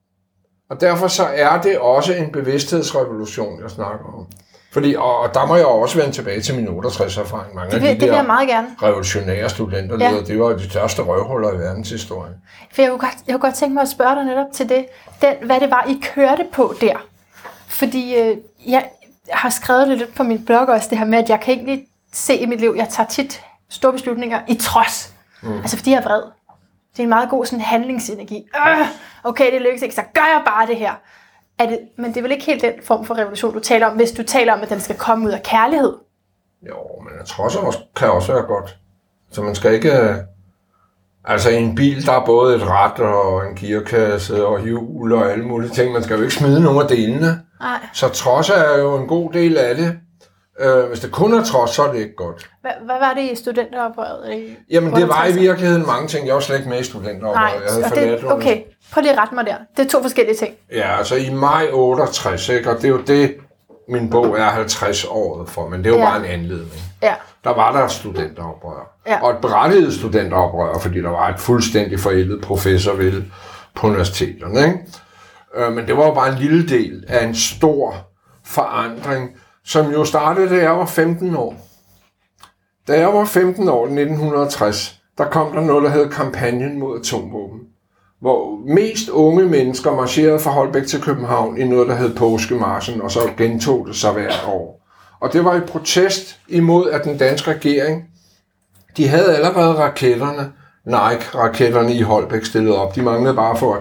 Og derfor så er det også en bevidsthedsrevolution, jeg snakker om. Fordi, og der må jeg også vende tilbage til min 68-erfaring. Mange af de der meget gerne. Revolutionære studenterledere, det var de største røvhuller i verdenshistorien. For jeg kunne godt tænke mig at spørge dig netop til det. Hvad det var, I kørte på der. Fordi jeg har skrevet det lidt på min blog også, det her med, at jeg kan egentlig se i mit liv, jeg tager tit store beslutninger i trods. Altså fordi jeg er vred. Det er en meget god sådan handlingsenergi. Okay, det lykkes ikke, så gør jeg bare det her. Men det er vel ikke helt den form for revolution, du taler om, hvis du taler om, at den skal komme ud af kærlighed? Jo, men jeg tror også, kan også være godt. Så man skal ikke... Altså i en bil, der er både et rat og en gearkasse og hjul og alle mulige ting. Man skal jo ikke smide nogen af delene. Nej. Så trods er jo en god del af det. Hvis det kun er trods, så er det ikke godt. Hvad var det i studenteroprøret? Jamen det var i virkeligheden mange ting. Jeg var slet ikke med i studenteroprøret. Jeg havde forladt okay, prøv lige at rette mig der. Det er 2 forskellige ting. Ja, altså i maj 68, ikke? Og det er jo det, min bog er 50-året for, men det er jo bare en anledning. Ja. Der var der studenteroprør. Ja. Og et berettiget studenteroprør, fordi der var et fuldstændig forældet professorvælde på universiteterne. Ikke? Men det var jo bare en lille del af en stor forandring, som jo startede, da jeg var 15 år. Da jeg var 15 år, i 1960, der kom der noget, der hed Kampagnen mod atomvåben, hvor mest unge mennesker marcherede fra Holbæk til København i noget, der hed Påskemarchen, og så gentog det så hvert år. Og det var i protest imod, at den danske regering, de havde allerede raketterne, Nike-raketterne i Holbæk stillet op. De manglede bare for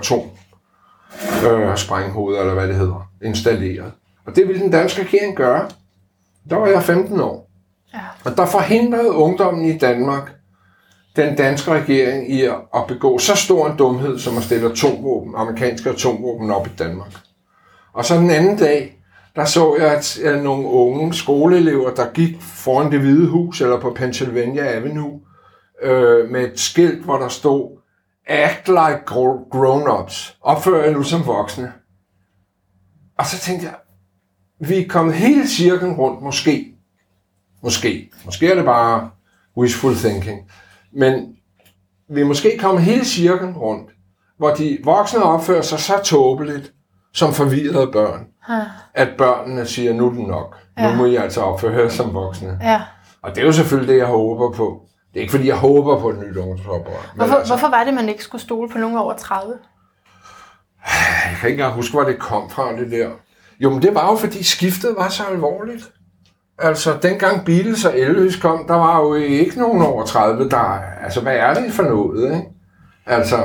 sprænghoveder, eller hvad det hedder, installeret. Og det ville den danske regering gøre. Der var jeg 15 år. Ja. Og der forhindrede ungdommen i Danmark den danske regering i at begå så stor en dumhed, som at stille amerikanske atomvåben op i Danmark. Og så den anden dag, der så jeg at nogle unge skoleelever, der gik foran Det Hvide Hus, eller på Pennsylvania Avenue, med et skilt, hvor der stod, Act like grown-ups. Opfør jer nu som voksne. Og så tænkte jeg, vi er kommet hele cirklen rundt, måske. Måske er det bare wishful thinking. Men vi er måske kommet hele cirklen rundt, hvor de voksne opfører sig så tåbeligt, som forvirrede børn. At børnene siger, nu er det nok. Nu må I altså opføre jer som voksne. Ja. Og det er jo selvfølgelig det, jeg håber på. Det er ikke fordi, jeg håber på et nyt ungdomsoprør. Hvorfor var det, man ikke skulle stole på nogen over 30? Jeg kan ikke engang huske, hvor det kom fra, det der. Jo, men det var jo, fordi skiftet var så alvorligt. Altså, dengang Beatles og Elvis kom, der var jo ikke nogen over 30, der... Altså, hvad er det for noget, ikke? Altså...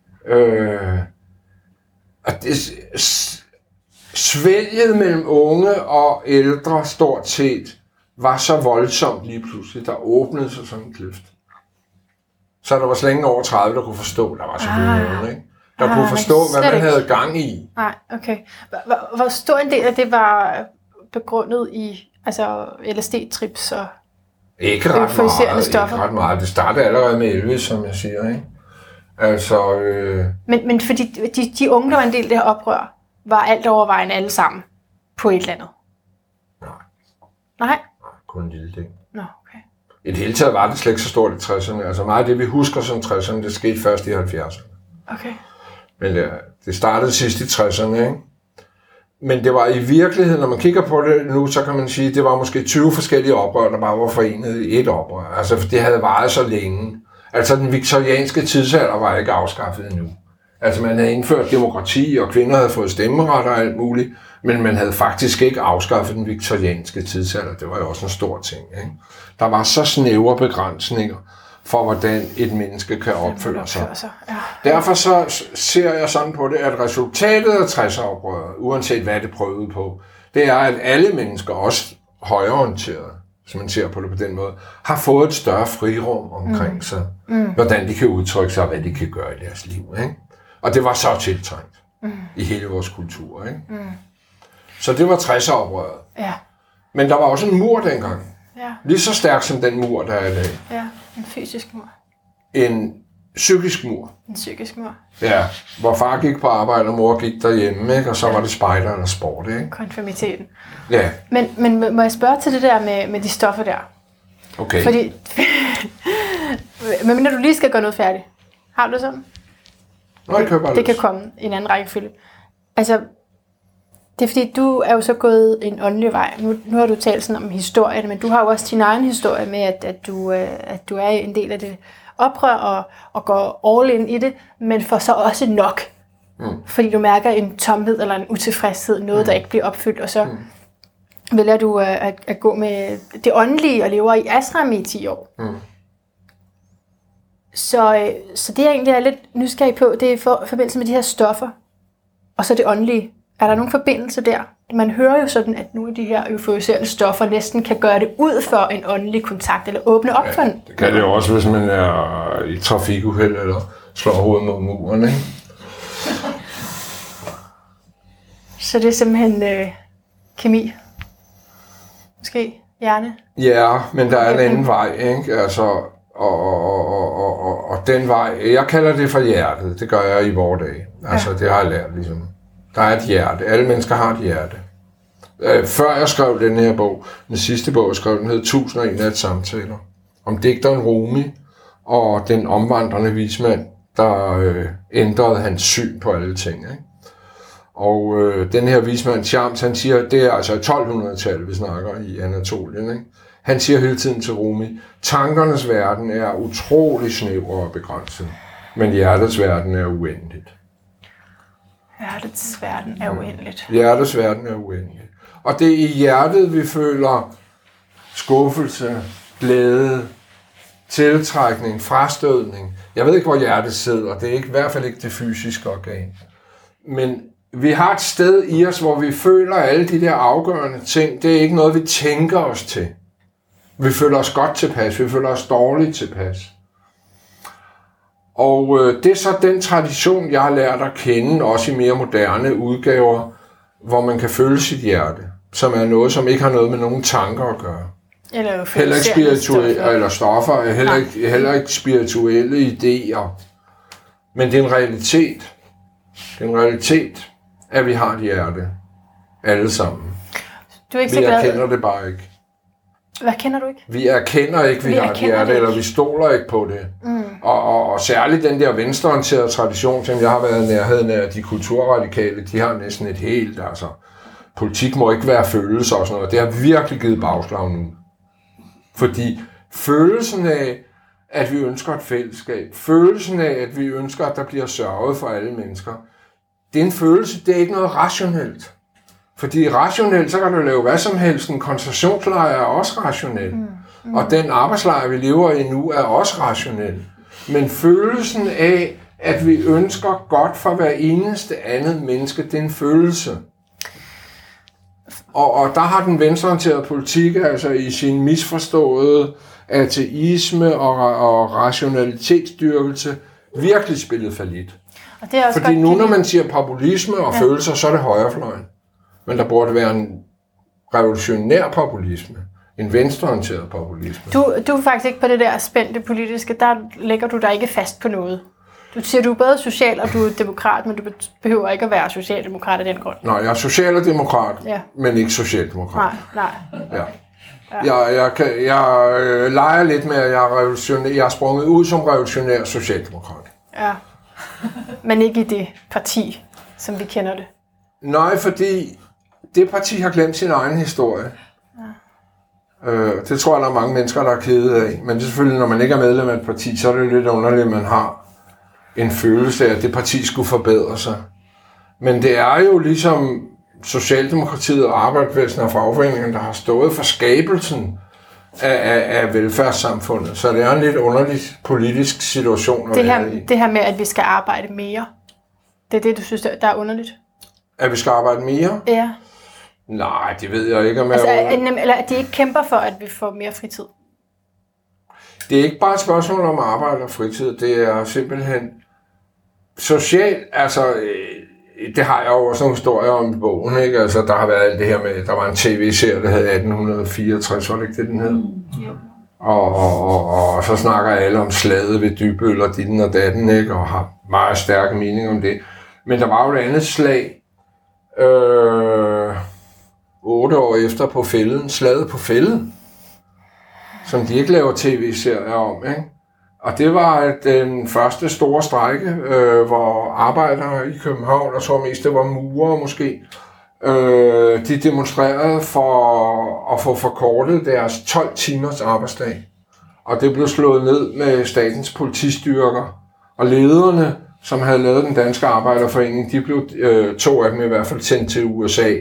Svælget mellem unge og ældre, stort set, var så voldsomt lige pludselig. Der åbnede sig sådan en kløft. Så der var slet ingen over 30, der kunne forstå, der var selvfølgelig nogen, ikke? Der kunne forstå, hvad man havde gang i. Nej, okay. Hvor stor en del af det var begrundet i LSD-trips og ikke ret meget. Det startede allerede med Elvis, som jeg siger, ikke? Altså... Men fordi de unge, der var en del af det her oprør, var alt overvejende alle sammen på et eller andet? Nej? Kun en lille ting. Nå, okay. I det hele taget var det slet ikke så stort i 60'erne. Altså meget af det, vi husker som 60'erne, det skete først i 70'erne. Okay. Men det startede sidst i 60'erne, ikke? Men det var i virkeligheden, når man kigger på det nu, så kan man sige, at det var måske 20 forskellige oprør, der bare var forenet i et oprør. Altså, for det havde varet så længe. Altså, den viktorianske tidsalder var ikke afskaffet endnu. Altså man havde indført demokrati, og kvinder havde fået stemmeret og alt muligt, men man havde faktisk ikke afskaffet den viktorianske tidsalder. Det var jo også en stor ting. Ikke? Der var så snævre begrænsninger for, hvordan et menneske kan opføre sig. Ja. Derfor så ser jeg sådan på det, at resultatet af 60'er-oprøret, uanset hvad det prøvede på, det er, at alle mennesker, også højreorienterede, som man ser på det på den måde, har fået et større frirum omkring sig, hvordan de kan udtrykke sig, og hvad de kan gøre i deres liv. Ikke? Og det var så tiltrængt i hele vores kultur. Ikke? Så det var 60'er-oprøret. Ja. Men der var også en mur dengang. Ja. Lige så stærk som den mur, der er i dag. Ja, en fysisk mur. En psykisk mur. En psykisk mur. Ja, hvor far gik på arbejde, og mor gik derhjemme, ikke? Og så var det spejder eller sport. Ikke? Konformiteten. Ja. Men må jeg spørge til det der med de stoffer der? Okay. Fordi, men når du lige skal gøre noget færdigt, har du det sådan? Nå, jeg køber det kan komme i en anden rækkefølge. Altså, det er fordi, du er jo så gået en åndelig vej. Nu har du talt sådan om historien, men du har jo også din egen historie med, at du er en del af det oprør og går all in i det, men får så også nok. Fordi du mærker en tomhed eller en utilfredshed, noget der ikke bliver opfyldt, og så vælger du at gå med det åndelige og lever i ashram i 10 år. Så det jeg egentlig er lidt nysgerrig på, det er for forbindelse med de her stoffer, og så det åndelige. Er der nogen forbindelse der? Man hører jo sådan, at nogle af de her euforiserende stoffer næsten kan gøre det ud for en åndelig kontakt, eller åbne op for en. Det kan det jo også, hvis man er i trafikuheld, eller slår hovedet mod muren, ikke? Så det er simpelthen kemi? Måske? Hjerne? Ja, men der er en anden vej, ikke? Altså, og den vej, jeg kalder det for hjertet, det gør jeg i vore dage. Altså, det har jeg lært, ligesom. Der er et hjerte. Alle mennesker har et hjerte. Før jeg skrev den her bog, den sidste bog, jeg skrev, den hed 1001 Nat samtaler, om digteren Rumi og den omvandrende vismand, der ændrede hans syn på alle ting. Ikke? Og den her vismand, Shams, han siger, det er altså 1200-tallet, vi snakker i Anatolien. Ikke? Han siger hele tiden til Rumi, tankernes verden er utrolig snæver og begrænset, men hjertets verden er uendeligt. Hjertets verden er uendeligt. Hjertets verden er uendelig. Og det er i hjertet, vi føler skuffelse, glæde, tiltrækning, frastødning. Jeg ved ikke, hvor hjertet sidder. Det er i hvert fald ikke det fysiske organ. Men vi har et sted i os, hvor vi føler alle de der afgørende ting. Det er ikke noget, vi tænker os til. Vi føler os godt tilpas. Vi føler os dårligt tilpas. Og det er så den tradition, jeg har lært at kende, også i mere moderne udgaver, hvor man kan føle sit hjerte, som er noget, som ikke har noget med nogen tanker at gøre. Heller ikke spirituelle eller stoffer, heller ikke spirituelle idéer. Men det er en realitet. Det er en realitet, at vi har et hjerte. Alle sammen. Du er ikke vi erkender det bare ikke. Hvad kender du ikke? Vi erkender ikke, vi har et hjerte, eller vi stoler ikke på det. Og særligt den der venstreorienterede tradition, som jeg har været i nærheden af, de kulturradikale, de har næsten et helt, altså, politik må ikke være følelser og sådan noget. Det har virkelig givet bagslag nu. Fordi følelsen af, at vi ønsker et fællesskab, følelsen af, at vi ønsker, at der bliver sørget for alle mennesker, det er en følelse, det er ikke noget rationelt. Fordi rationelt, så kan du lave hvad som helst. En koncentrationslejr er også rationel. Og den arbejdslejr, vi lever i nu, er også rationel. Men følelsen af, at vi ønsker godt for hver eneste andet menneske, det er en følelse. Og der har den venstreorienterede politik, altså i sin misforståede ateisme og rationalitetsdyrkelse, virkelig spillet fallit. Og det er også fordi nu, når man siger populisme og følelser, så er det højrefløjen. Men der burde være en revolutionær populisme. En venstreorienteret populisme. Du er faktisk ikke på det der spændte politiske. Der lægger du dig ikke fast på noget. Du siger, du er både social og du er demokrat, men du behøver ikke at være socialdemokrat af den grund. Nej, jeg er socialdemokrat, men ikke socialdemokrat. Nej. Ja. Jeg leger lidt med, at jeg er sprunget ud som revolutionær socialdemokrat. Ja, men ikke i det parti, som vi kender det. Nej, fordi det parti har glemt sin egen historie. Det tror jeg, der er mange mennesker, der er kede af. Men det er selvfølgelig, når man ikke er medlem af et parti, så er det lidt underligt, at man har en følelse af, at det parti skulle forbedre sig. Men det er jo ligesom Socialdemokratiet og Arbejderbevægelsen og fagforeningerne, der har stået for skabelsen af velfærdssamfundet. Så det er en lidt underlig politisk situation. Det her med, at vi skal arbejde mere, det er det, du synes, der er underligt? At vi skal arbejde mere? Ja. Nej, det ved jeg ikke, om eller at de ikke kæmper for, at vi får mere fritid? Det er ikke bare et spørgsmål om arbejde og fritid. Det er simpelthen socialt. Altså, det har jeg jo også nogle historier om i bogen, ikke? Altså, der har været alt det her med, der var en tv-serie, der hed 1864, var det ikke det, den hed? Jo. Og så snakker alle om slaget ved Dybbøl og ditten og datten, ikke? Og har meget stærke mening om det. Men der var jo et andet slag, 8 år efter på Fælden, slaget på Fælden, som de ikke laver tv-serier om, ikke? Og det var den første store strejke, hvor arbejdere i København, og så mest det var murere måske, de demonstrerede for at få forkortet deres 12 timers arbejdsdag. Og det blev slået ned med statens politistyrker. Og lederne, som havde lavet den danske arbejderforening, de blev 2 af dem i hvert fald sendt til USA.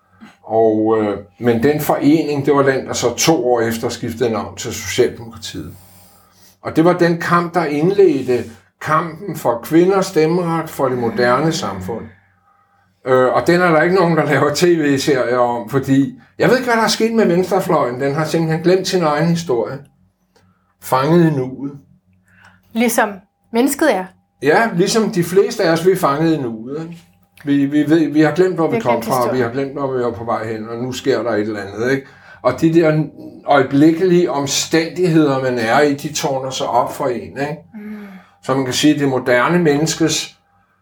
Men den forening, det var den, der så 2 år efter skiftede navn til Socialdemokratiet. Og det var den kamp, der indledte kampen for kvinders stemmeret for det moderne samfund. Og den er der ikke nogen, der laver tv-serier om, fordi jeg ved ikke, hvad der er sket med venstrefløjen. Den har simpelthen glemt sin egen historie. Fanget i nuet. Ligesom mennesket er. Ja, ligesom de fleste af os, vi er fanget i nuet. Vi har glemt, hvor vi kom fra, vi har glemt, hvor vi var på vej hen, og nu sker der et eller andet, ikke? Og de der øjeblikkelige omstændigheder, man er i, de tårner sig op for en, ikke? Så man kan sige, at det moderne menneskes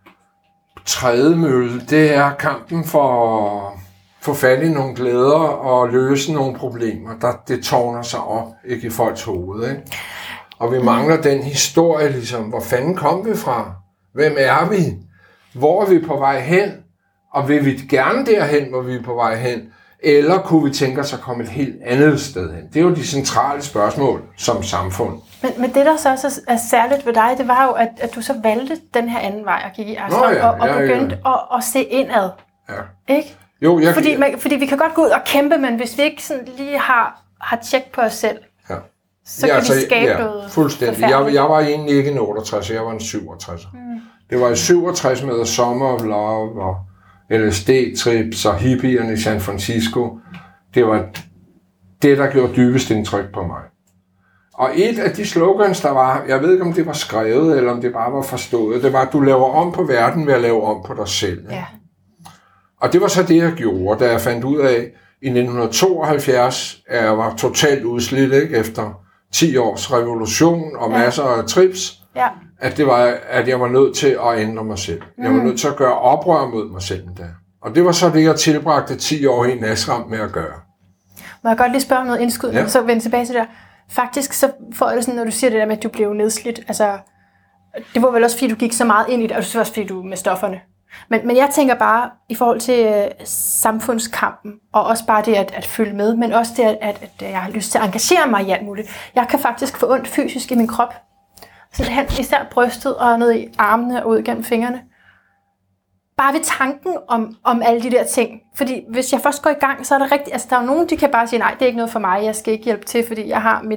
trædemølle, det er kampen for at få fat i nogle glæder og løse nogle problemer. Det tårner sig op, ikke, i folks hoved, ikke? Og vi mangler den historie, ligesom, hvor fanden kom vi fra? Hvem er vi? Hvor er vi på vej hen? Og vil vi gerne derhen, hvor vi er på vej hen? Eller kunne vi tænke os at komme et helt andet sted hen? Det er jo de centrale spørgsmål som samfund. Men det, der så også er særligt ved dig, det var jo, at du så valgte den her anden vej og gik i Ashram og begyndte at se indad. Ja. Ikke? Jo, fordi vi kan godt gå ud og kæmpe, men hvis vi ikke sådan lige har tjek på os selv, så kan vi skabe noget fuldstændig. Jeg var egentlig ikke en 68, jeg var en 67. Det var i 67 med Summer of Love og LSD-trips og hippierne i San Francisco. Det var det, der gjorde dybest indtryk på mig. Og et af de slogans, der var, jeg ved ikke, om det var skrevet, eller om det bare var forstået, det var, at du laver om på verden ved at lave om på dig selv. Ja. Og det var så det, jeg gjorde, da jeg fandt ud af, i 1972, at jeg var totalt udslidt, ikke, efter 10 års revolution og masser af trips, at jeg var nødt til at ændre mig selv. Jeg var nødt til at gøre oprør mod mig selv der. Og det var så det, jeg tilbragte 10 år i en ashram med at gøre. Må jeg godt lige spørge om noget indskydning, så vende tilbage til det der. Faktisk så får jeg det sådan, når du siger det der med, at du blev nedslidt, altså, det var vel også, fordi du gik så meget ind i det, og det var også, fordi du med stofferne. Men jeg tænker bare, i forhold til samfundskampen, og også bare det at følge med, men også det, at jeg har lyst til at engagere mig i alt muligt. Jeg kan faktisk få ondt fysisk i min krop. Sådan især brystet og ned i armene og ud gennem fingrene. Bare ved tanken om alle de der ting. Fordi hvis jeg først går i gang, så er det rigtigt. Altså der er jo nogen, de kan bare sige, nej, det er ikke noget for mig, jeg skal ikke hjælpe til, fordi jeg har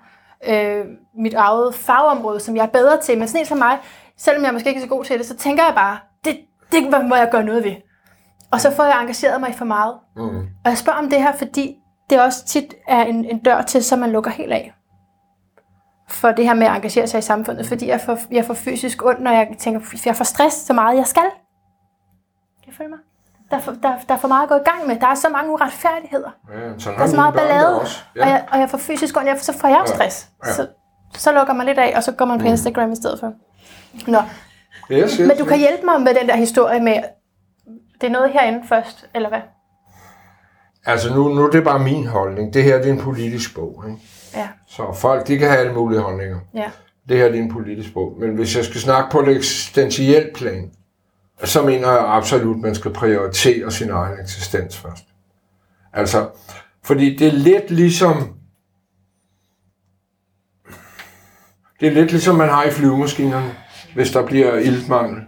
mit eget fagområde, som jeg er bedre til. Men sådan en som mig, selvom jeg måske ikke er så god til det, så tænker jeg bare, det må jeg gøre noget ved. Og så får jeg engageret mig for meget. Og jeg spørger om det her, fordi det også tit er en dør til, så man lukker helt af. For det her med at engagere sig i samfundet, fordi jeg får fysisk ondt, når jeg tænker, jeg får stress så meget, jeg skal. Kan I følge mig? Der er for meget at gå i gang med. Der er så mange uretfærdigheder. Ja, der er så meget ballade. Ja. Og jeg får fysisk ondt, så får jeg også stress. Ja. Så lukker man lidt af, og så går man på Instagram i stedet for. Nå. Yes, men du kan hjælpe mig med den der historie med, det er noget herinde først, eller hvad? Altså nu er det bare min holdning. Det her det er en politisk bog. Ikke? Ja. Så folk, de kan have alle mulige holdninger. Ja. Det her det er en politisk bog. Men hvis jeg skal snakke på et eksistentielt plan, så mener jeg absolut, at man skal prioritere sin egen eksistens først. Altså, fordi det er lidt ligesom man har i flyvemaskinerne. hvis der bliver iltmangel.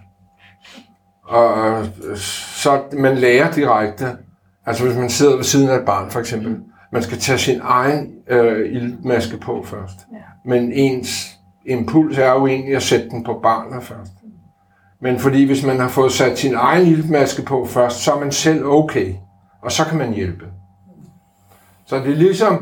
Og så man lærer direkte, altså hvis man sidder ved siden af et barn for eksempel, man skal tage sin egen iltmaske på først. Ja. Men ens impuls er jo egentlig at sætte den på barnet først. Men fordi hvis man har fået sat sin egen iltmaske på først, så er man selv okay, og så kan man hjælpe. Så det er ligesom,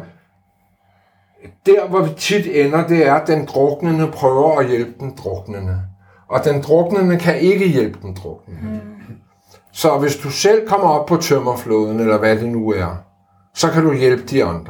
der hvor vi tit ender, det er, at den druknende prøver at hjælpe den druknende. Og den druknende kan ikke hjælpe den druknende. Så hvis du selv kommer op på tømmerfloden, eller hvad det nu er, så kan du hjælpe de andre.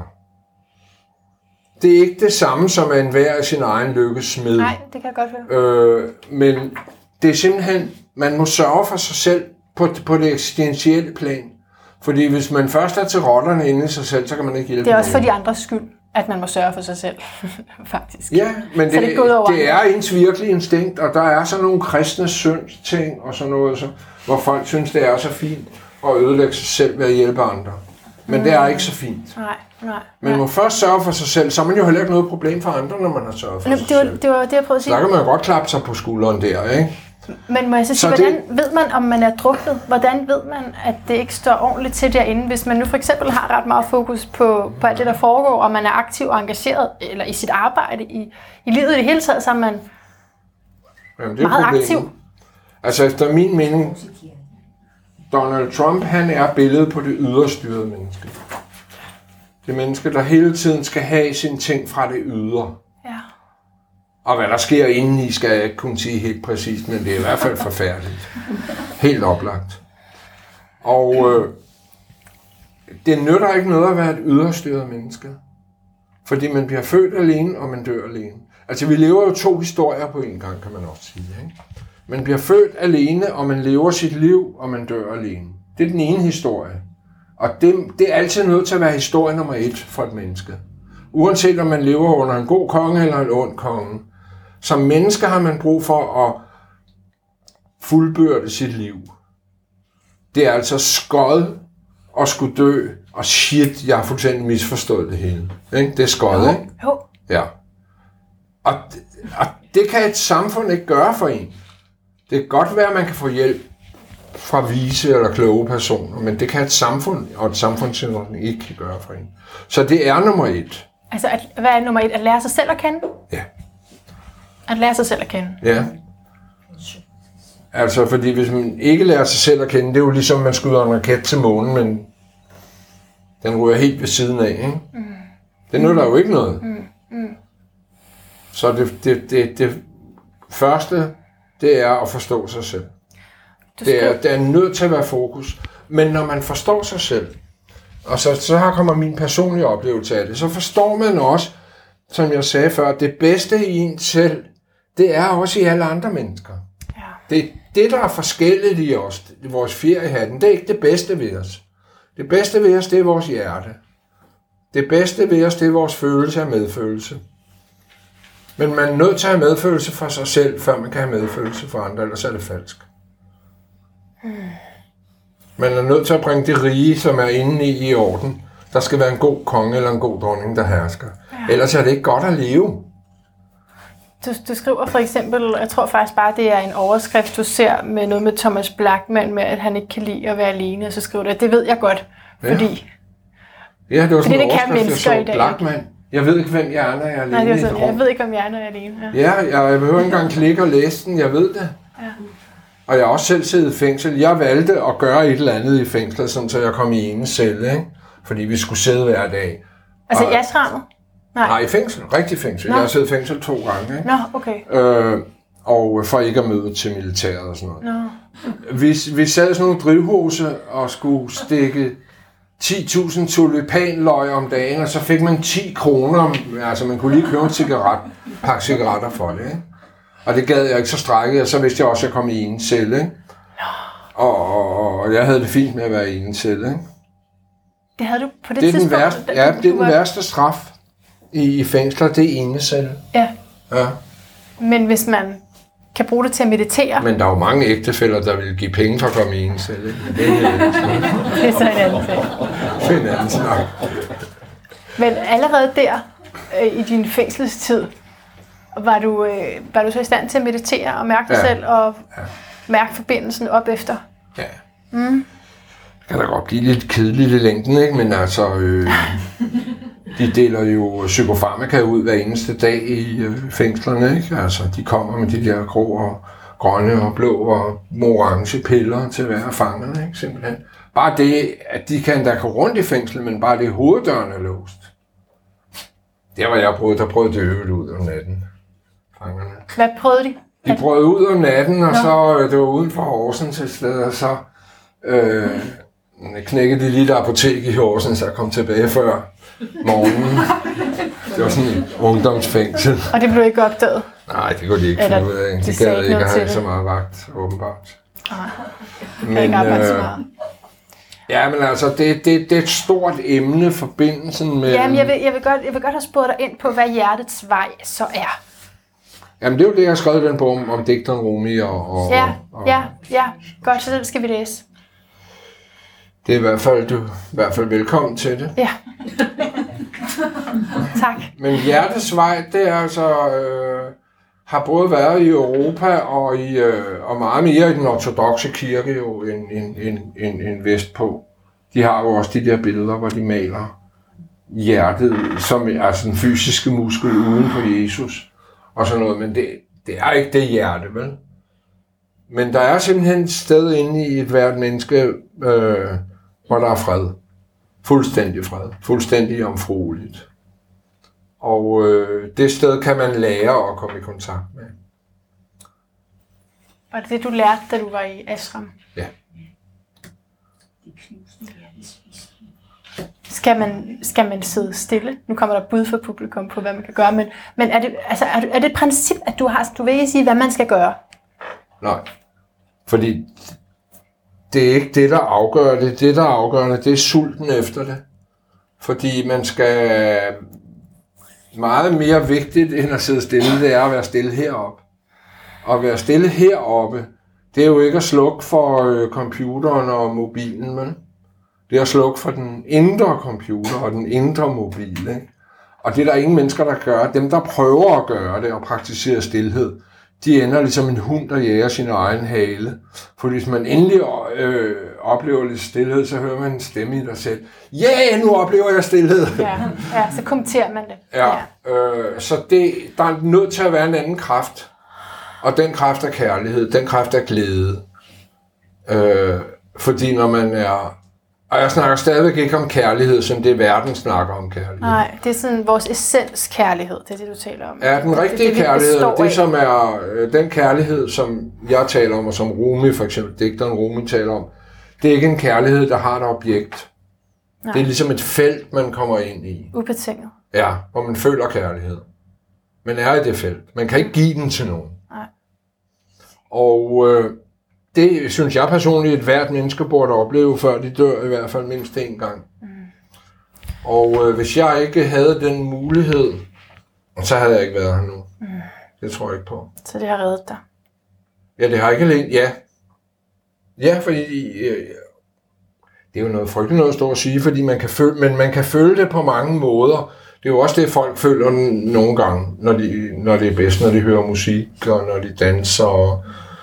Det er ikke det samme som at enhver af sin egen lykkes smed. Nej, det kan jeg godt høre. Men det er simpelthen, man må sørge for sig selv på det eksistentielle plan. Fordi hvis man først er til rotterne inde i sig selv, så kan man ikke hjælpe. Det er også for de andres skyld, at man må sørge for sig selv, faktisk. Ja, men det er ens virkelige instinkt, og der er sådan nogle kristne syndsting og sådan noget, hvor folk synes, det er så fint at ødelægge sig selv ved at hjælpe andre. Men det er ikke så fint. Nej. Man må først sørge for sig selv, så er man jo heller ikke noget problem for andre, når man har sørget for sig selv. Det var det, jeg prøvede at sige. Så kan man jo godt klappe sig på skulderen der, ikke? Men må jeg så sige, hvordan ved man, om man er druknet? Hvordan ved man, at det ikke står ordentligt til derinde? Hvis man nu for eksempel har ret meget fokus på alt det, der foregår, og man er aktiv og engageret eller i sit arbejde, i livet i det hele taget, så er man meget aktiv. Altså efter min mening, Donald Trump, han er billedet på det yderstyrede menneske. Det menneske, der hele tiden skal have sine ting fra det ydre. Ja. Og hvad der sker indeni, skal jeg ikke kunne sige helt præcist, men det er i hvert fald forfærdeligt. Helt oplagt. Og det nytter ikke noget at være et yderstyret menneske. Fordi man bliver født alene, og man dør alene. Altså vi lever jo 2 historier på en gang, kan man også sige. Ikke? Man bliver født alene, og man lever sit liv, og man dør alene. Det er den ene historie. Og det er altid nødt til at være historie nummer 1 for et menneske. Uanset om man lever under en god konge eller en ond konge. Som menneske har man brug for at fuldbyrde sit liv. Det er altså skod at skulle dø, og shit, jeg har fuldstændig misforstået det hele. Ikke? Det er skod, ikke? Jo. Ja. Og det kan et samfund ikke gøre for en. Det kan godt være, at man kan få hjælp fra vise eller kloge personer, men det kan et samfund og et samfundsindretning ikke gøre for en. Så det er nummer 1. Altså, hvad er nummer 1? At lære sig selv at kende? Ja. At lære sig selv at kende? Ja. Altså, fordi hvis man ikke lærer sig selv at kende, det er jo ligesom, man skyder en raket til månen, men den ryger helt ved siden af, ikke? Det nytter jo ikke noget. Så det første, det er at forstå sig selv. Det er nødt til at være fokus. Men når man forstår sig selv, og så her kommer min personlige oplevelse af det, så forstår man også, som jeg sagde før, det bedste i en selv, det er også i alle andre mennesker. Ja. Det, der er forskelligt i os, i vores fjer i hatten, det er ikke det bedste ved os. Det bedste ved os, det er vores hjerte. Det bedste ved os, det er vores følelse af medfølelse. Men man er nødt til at have medfølelse for sig selv, før man kan have medfølelse for andre, ellers er det falsk. Man er nødt til at bringe det rige, som er inde i orden. Der skal være en god konge eller en god dronning, der hersker. Ja. Ellers er det ikke godt at leve. Du skriver for eksempel, jeg tror faktisk bare, det er en overskrift, du ser med noget med Thomas Blachman, med at han ikke kan lide at være alene, og så skriver du, at det ved jeg godt, fordi... Ja, det var sådan en overskrift, jeg så, Blachman. Jeg ved ikke, hvem jeg er, når jeg er alene. Nej, det er sådan, jeg ved ikke, hvem jeg er, når jeg er alene. Ja, jeg behøver ikke engang klikke og læse den, jeg ved det. Ja. Og jeg har også selv siddet i fængsel. Jeg valgte at gøre et eller andet i fængslet, sådan, så jeg kom i ene celle, ikke? Fordi vi skulle sidde hver dag. Altså i Ashrammet? Nej, i fængsel. Rigtig fængsel. Nå. Jeg har siddet i fængsel 2 gange. Ikke? Nå, okay. Og for ikke at møde til militæret og sådan noget. Nå. Vi sad i sådan nogle drivhuse og skulle stikke 10.000 tulipanløg om dagen, og så fik man 10 kroner. Altså man kunne lige købe en pakke cigaretter for det, ikke? Og det gad jeg ikke, så strækkede jeg, så vidste jeg også, at jeg kom i en celle, ikke? Og jeg havde det fint med at være i en celle, ikke? Det havde du på det tidspunkt? Det er den værste straf i fængsler, det er enecelle. Ja. Ja. Men hvis man kan bruge det til at meditere... Men der er jo mange ægtefæller, der vil give penge for at komme i enecelle. Det er så en anden sag. Det er en anden snak. Men allerede der, i din fængselstid, var du så i stand til at meditere og mærke dig selv og mærke forbindelsen op efter? Ja. Det kan da godt blive lidt kedeligt i længden, ikke? Men altså, de deler jo psykofarmaka ud hver eneste dag i fængslerne, ikke? Altså, de kommer med de der grå og grønne og blå og orange piller til hver af fangerne, ikke? Simpelthen. Bare det, at de kan gå rundt i fængslet, men bare det hoveddøren er låst. Der var jeg prøvede det øvrigt ud om natten, fangerne. Hvad prøvede de? De prøvede ud om natten, og så det var uden for Horsens et sted, og så knækkede de lige et apotek i Horsens, og kom tilbage før morgenen. Det var sådan et ungdomsfængsel. Og det blev ikke opdaget? Nej, det kunne de ikke finde ud af. De gad ikke at have så meget vagt, åbenbart. Men, ja, men altså, det er et stort emne, forbindelsen med... Jamen, jeg vil godt have spurgt dig ind på, hvad hjertets vej så er. Jamen, det er jo det, jeg har skrevet den bog om digteren Rumi og... Ja, godt, så det skal vi læse. Det er du er i hvert fald velkommen til det. Ja. Tak. Men hjertets vej, det er altså... har både været i Europa og meget mere i den ortodokse kirke jo end vestpå. De har jo også de der billeder, hvor de maler hjertet som altså den fysiske muskel uden på Jesus og sådan noget, men det er ikke det hjerte, vel? Men der er simpelthen et sted inde i et hvert menneske, hvor der er fred. Fuldstændig fred. Fuldstændig omfrueligt. Og det sted kan man lære at komme i kontakt med. Var det det, du lærte, da du var i ashram? Ja. Skal man sidde stille? Nu kommer der bud fra publikum på, hvad man kan gøre, men er det et princip, at du vil ikke sige, hvad man skal gøre? Nej, fordi det er ikke det, der afgør det. Det, der er afgørende, det er sulten efter det. Fordi man skal... Meget mere vigtigt end at sidde stille, det er at være stille heroppe. Og at være stille heroppe, det er jo ikke at slukke for computeren og mobilen, men det er at slukke for den indre computer og den indre mobil. Ikke? Og det er der ingen mennesker, der gør. Dem, der prøver at gøre det og praktisere stillhed, de ender ligesom en hund, der jager sin egen hale. For hvis man endelig oplever lidt stillhed, så hører man en stemme i dig selv. Ja, nu oplever jeg stillhed. Ja, så kommenterer man det. Ja. Så der er nødt til at være en anden kraft. Og den kraft er kærlighed, den kraft er glæde. Fordi når man er... Og jeg snakker stadigvæk ikke om kærlighed, som det verden snakker om kærlighed. Nej, det er sådan vores essens kærlighed, det er det, du taler om. Ja, den rigtige kærlighed, det som er den kærlighed, som jeg taler om, og som Rumi for eksempel, digteren Rumi taler om, det er ikke en kærlighed, der har et objekt. Nej. Det er ligesom et felt, man kommer ind i. Ubetinget. Ja, hvor man føler kærlighed. Man er i det felt. Man kan ikke give den til nogen. Nej. Og det synes jeg personligt, et hvert menneske burde opleve, før de dør i hvert fald mindst én gang. Mm. Og hvis jeg ikke havde den mulighed, så havde jeg ikke været her nu. Mm. Det tror jeg ikke på. Så det har reddet dig? Ja, det har ikke alene. Ja. Ja, fordi det er jo noget frygteligt noget at stå og sige, fordi man kan føle, men man kan føle det på mange måder. Det er jo også det, folk føler nogle gange, når det er bedst, når de hører musik, og når de danser.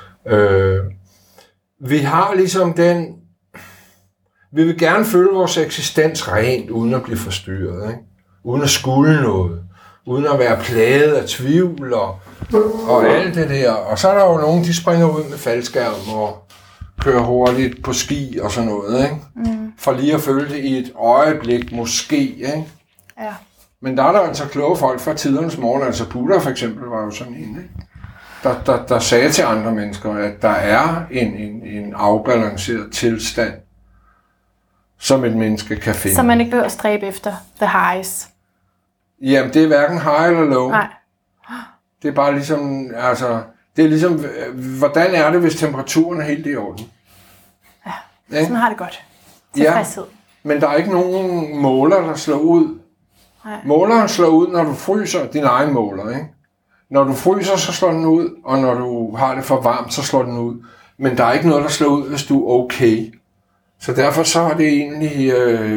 Vi har ligesom den... Vi vil gerne føle vores eksistens rent, uden at blive forstyrret, ikke? Uden at skulle noget. Uden at være plaget af tvivl og alt det der. Og så er der jo nogen, de springer ud med faldskærm og kører hurtigt på ski og sådan noget, ikke? Mm. For lige at føle det i et øjeblik, måske, ikke? Ja. Men der er der altså kloge folk fra tidernes morgen, altså Buddha for eksempel var jo sådan en, ikke? Der sagde til andre mennesker, at der er en afbalanceret tilstand, som et menneske kan finde. Så man ikke behøver at stræbe efter the highs? Jamen, det er hverken high eller low. Nej. Det er bare ligesom, altså, det er ligesom, hvordan er det, hvis temperaturen er helt i orden? Ja, sådan har det godt. Tilfredshed. Ja, men der er ikke nogen måler, der slår ud. Nej. Måleren slår ud, når du fryser, din egen måler, ikke? Når du fryser, så slår den ud, og når du har det for varmt, så slår den ud. Men der er ikke noget, der slår ud, hvis du er okay. Så derfor så er det egentlig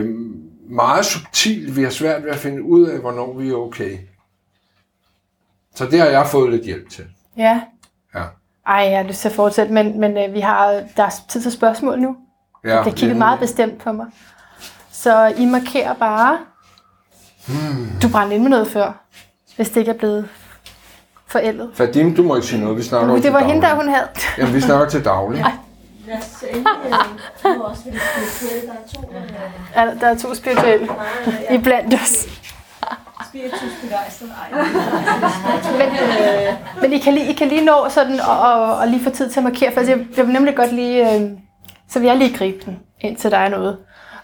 meget subtilt. Vi har svært ved at finde ud af, hvornår vi er okay. Så det har jeg fået lidt hjælp til. Ja. Ja. Ej, jeg har lyst til at fortsætte, men der er tid til spørgsmål nu. Ja, det har kigget meget bestemt på mig. Så I markerer bare. Du brændte ind med noget før, hvis det ikke er blevet forældet. Fadim, du må ikke sige noget. Vi snakker Det var hende, der hun havde. Jamen, vi snakker til daglig. Lad os endelig også ved det spirituelle. Der er 2 spirituelle i blandt os. Spiritus begejstret. Men I kan lige nå sådan og lige få tid til at markere, for jeg vil nemlig godt lige, så vil jeg lige gribe den, indtil der er noget.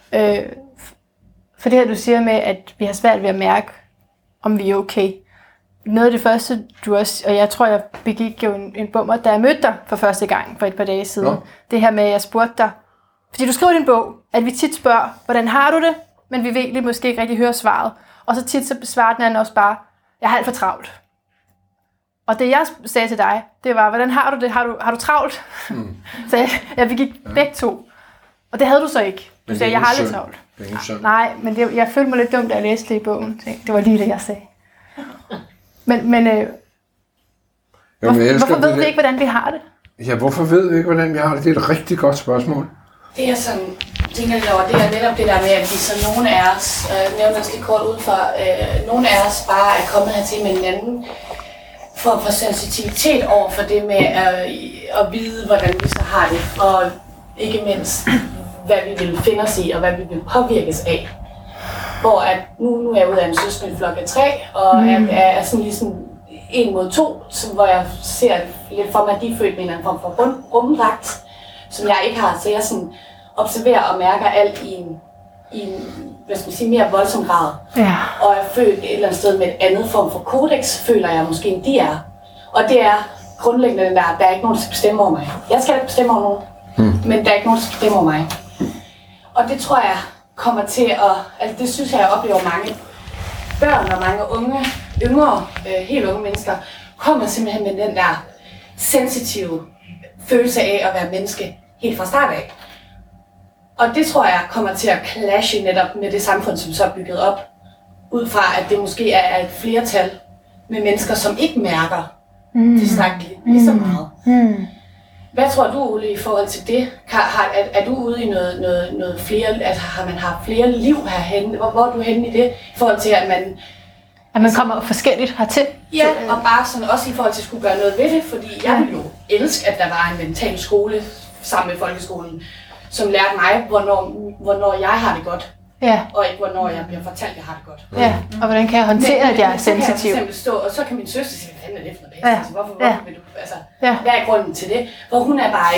For det her, du siger med, at vi har svært ved at mærke, om vi er okay. Noget af det første, du også, og jeg tror, jeg begik jo en bummer, da jeg mødte dig for første gang for et par dage siden. Det her med, at jeg spurgte dig, fordi du skriver i din bog, at vi tit spørger, hvordan har du det? Men vi vil egentlig måske ikke rigtig høre svaret. Og så tit så besvarer den anden også bare, jeg har alt for travlt. Og det jeg sagde til dig, det var, hvordan har du det? Har du travlt? Så jeg begik begge to. Og det havde du så ikke. Du sagde, jeg har aldrig travlt. Nej, men jeg følte mig lidt dumt, da jeg læste det i bogen. Det var lige det, jeg sagde. Men hvorfor ved vi ikke, hvordan vi har det? Ja, hvorfor ved vi ikke, hvordan vi har det? Det er et rigtig godt spørgsmål. Det er sådan, tænker lidt over, det er netop det der med, at vi så nogle af os, nævner os lige kort udefra, nogle af os bare er kommet hertil med en anden form for sensitivitet over for det med at vide, hvordan vi så har det, og ikke mindst, hvad vi vil finde os i, og hvad vi vil påvirkes af. Hvor at nu er jeg ude af en søskendeflok af 3, og er sådan ligesom 1 mod 2, hvor jeg ser lidt for mig, at de er født med en anden form for rumdragt, som jeg ikke har. Så jeg sådan observerer og mærker alt i en hvad skal man sige, mere voldsom grad. Ja. Og er født et eller andet sted med et andet form for kodex, føler jeg måske, end de er. Og det er grundlæggende den der er ikke nogen, der skal bestemme over mig. Jeg skal ikke bestemme over nogen, men der er ikke nogen, der skal bestemme over mig. Og det tror jeg kommer til at, altså det synes jeg oplever mange børn og mange yngre, helt unge mennesker, kommer simpelthen med den der sensitive følelse af at være menneske helt fra start af. Og det tror jeg kommer til at clashe netop med det samfund, som så er bygget op, ud fra at det måske er et flertal med mennesker, som ikke mærker tilstrækkeligt lige så meget. Hvad tror du, Ole, i forhold til det? Er du ude i noget flere, altså har man haft flere liv herhenne? Hvor er du henne i det, i forhold til at man kommer forskelligt hertil? Ja, og bare sådan også i forhold til at skulle gøre noget ved det, fordi jeg ville jo elske, at der var en mental skole sammen med folkeskolen, som lærte mig, hvornår jeg har det godt. Ja. Og ikke hvornår jeg bliver fortalt, at jeg har det godt. Ja, og hvordan kan jeg håndtere, at jeg er sensitiv? Så kan jeg for eksempel stå, og så kan min søster sige, hvad fanden er det for noget? Altså, hvorfor vil du, altså, hvad er grunden til det? For hun er bare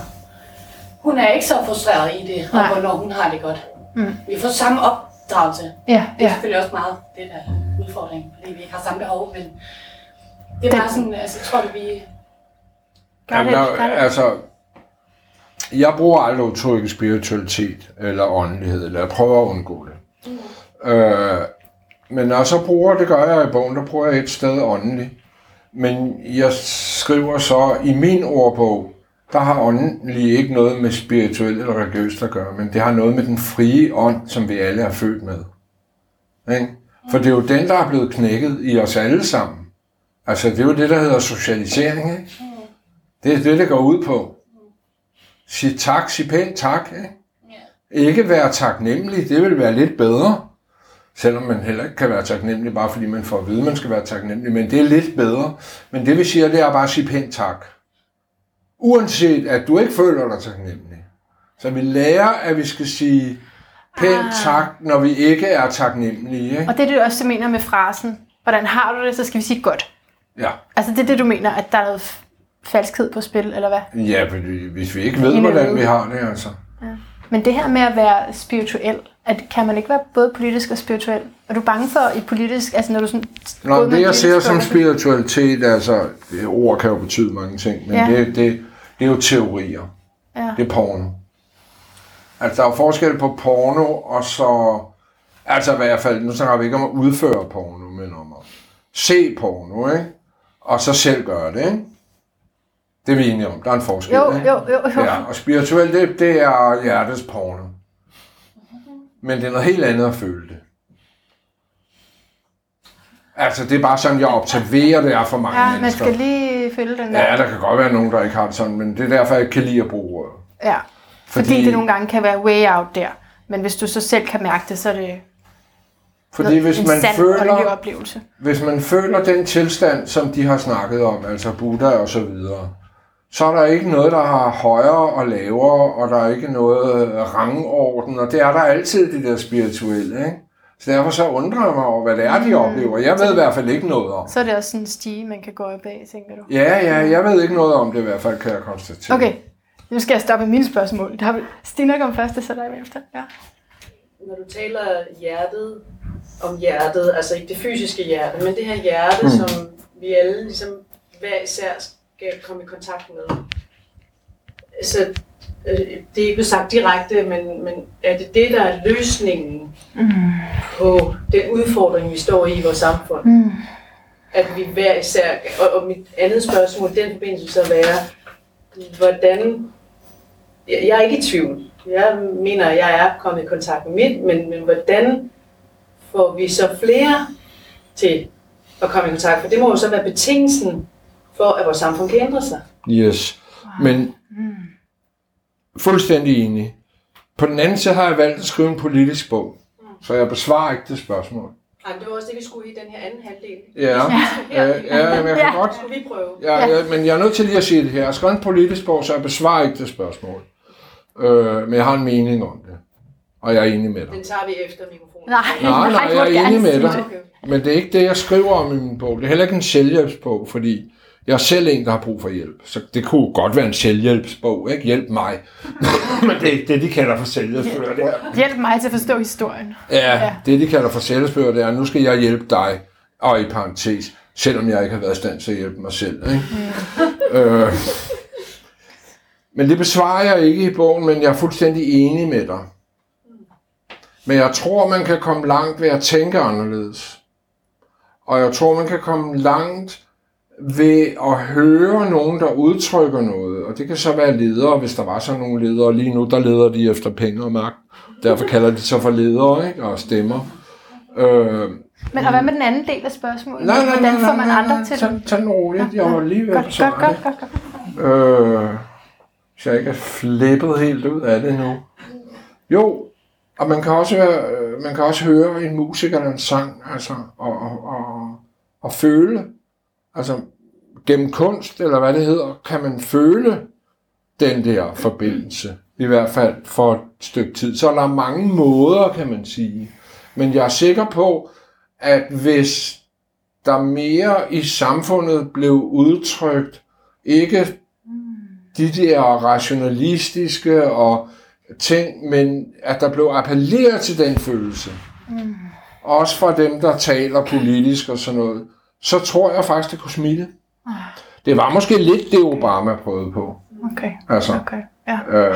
ikke så frustreret i det, og hvornår hun har det godt. Vi får samme opdragelse. Ja. Det er selvfølgelig også meget det der udfordring, fordi vi ikke har samme behov, men det er bare sådan, altså, jeg tror, det vi... Altså, jeg bruger aldrig udtrykket spiritualitet eller åndelighed, eller jeg prøver at undgå det. Men når jeg så bruger, det gør jeg i bogen, der bruger jeg et sted åndelig. Men jeg skriver så, i min ordbog, der har åndelig ikke noget med spirituelt eller religiøst at gøre, men det har noget med den frie ånd, som vi alle er født med. Ikke? For det er jo den, der er blevet knækket i os alle sammen. Altså, det er jo det, der hedder socialisering, ikke? Det er det går ud på. Sig tak, sig pænt tak. Ikke være taknemmelig, det vil være lidt bedre. Selvom man heller ikke kan være taknemmelig, bare fordi man får at vide, at man skal være taknemmelig. Men det er lidt bedre. Men det vi siger, det er bare at sige pænt tak. Uanset at du ikke føler dig taknemmelig. Så vi lærer, at vi skal sige pænt tak, når vi ikke er taknemmelige. Ikke? Og det er det også, du mener med frasen, hvordan har du det, så skal vi sige godt. Ja. Altså det er det, du mener, at der er noget falskhed på spil, eller hvad? Ja, hvis vi ikke ved, hvordan vi har det, altså. Ja. Men det her med at være spirituel, kan man ikke være både politisk og spirituel? Er du bange for i politisk, altså når du sådan... Nå, det jeg ser som spiritualitet, altså, ord kan jo betyde mange ting, men det er jo teorier. Ja. Det er porno. Altså, der er forskel på porno, og så... Altså i hvert fald, nu snakker vi ikke om at udføre porno, men om at se porno, ikke? Og så selv gøre det, ikke? Det er vi enige om. Der er en forskel, ikke? Jo. Ja, og spirituelt, det er hjertets porno. Men det er noget helt andet at føle det. Altså, det er bare sådan, jeg observerer, det er for mange Ja, man mennesker. skal lige følge den der. Ja, der kan godt være nogen, der ikke har det sådan, men det er derfor, jeg ikke kan lide at bruge ordet. Ja, fordi det nogle gange kan være way out der. Men hvis du så selv kan mærke det, så er det Fordi hvis en man, sand oplevelse. hvis man føler den tilstand, som de har snakket om, altså Buddha og så videre, så er der ikke noget, der har højere og lavere, og der er ikke noget rangorden, og det er der altid, det der spirituelle, ikke? Så derfor så undrer jeg mig over, hvad det er, de oplever. Jeg ved i hvert fald ikke noget om. Så er det også sådan en stige, man kan gå op af, tænker du? Ja, jeg ved ikke noget om det i hvert fald, kan jeg konstatere. Okay, nu skal jeg stoppe mine spørgsmål. Der har Stina kom først, så der er efter. Ja. Når du taler om hjertet, altså ikke det fysiske hjerte, men det her hjerte, som vi alle ligesom hver især skal komme i kontakt med. Så det er ikke sagt direkte, men er det det, der er løsningen på den udfordring, vi står i vores samfund? At vi hver især, og mit andet spørgsmål i den forbindelse så være, hvordan, jeg er ikke i tvivl, jeg mener, at jeg er kommet i kontakt med mit, men hvordan får vi så flere til at komme i kontakt? For det må jo så være betingelsen for, at vores samfund kan ændre sig. Yes, men fuldstændig enig. På den anden side har jeg valgt at skrive en politisk bog, så jeg besvarer ikke det spørgsmål. Nej, det var også det, vi skulle i den her anden halvdel. Ja, men jeg kan godt. Skulle vi prøve? Ja, men jeg er nødt til lige at sige det her. Jeg har skrevet en politisk bog, så jeg besvarer ikke det spørgsmål. Men jeg har en mening om det, og jeg er enig med dig. Den tager vi efter mikrofonen. Nej, jeg er enig med dig. Men det er ikke det, jeg skriver om i min bog. Det er heller ikke en selvhjælpsbog, fordi jeg er selv en, der har brug for hjælp. Så det kunne godt være en selvhjælpsbog, ikke? Hjælp mig. Men det er ikke det, de kalder for selvhjælpsbøger. Det er. Hjælp mig til at forstå historien. Ja, det de kalder for selvhjælpsbøger, det er, nu skal jeg hjælpe dig, og i parentes, selvom jeg ikke har været i stand til at hjælpe mig selv. Ikke? Men det besvarer jeg ikke i bogen, men jeg er fuldstændig enig med dig. Men jeg tror, man kan komme langt ved at tænke anderledes. Og jeg tror, man kan komme langt ved at høre nogen, der udtrykker noget. Og det kan så være ledere, hvis der var sådan nogle ledere. Lige nu, der leder de efter penge og magt. Derfor kalder de så for ledere, ikke? Og stemmer. Men og hvad med den anden del af spørgsmålet? Nej, Hvordan får man andre til det? Tag den roligt. Jeg var lige ved at besvare det. Så jeg ikke er flippet helt ud af det nu. Jo, og man kan også høre en musiker eller en sang, altså, og føle, altså gennem kunst, eller hvad det hedder, kan man føle den der forbindelse, i hvert fald for et stykke tid. Så der er mange måder, kan man sige. Men jeg er sikker på, at hvis der mere i samfundet blev udtrykt, ikke de der rationalistiske og ting, men at der blev appelleret til den følelse. Også fra dem, der taler politisk og sådan noget, så tror jeg faktisk, det kunne smitte. Det var måske lidt det, Obama prøvede på. Okay. Altså, Ja.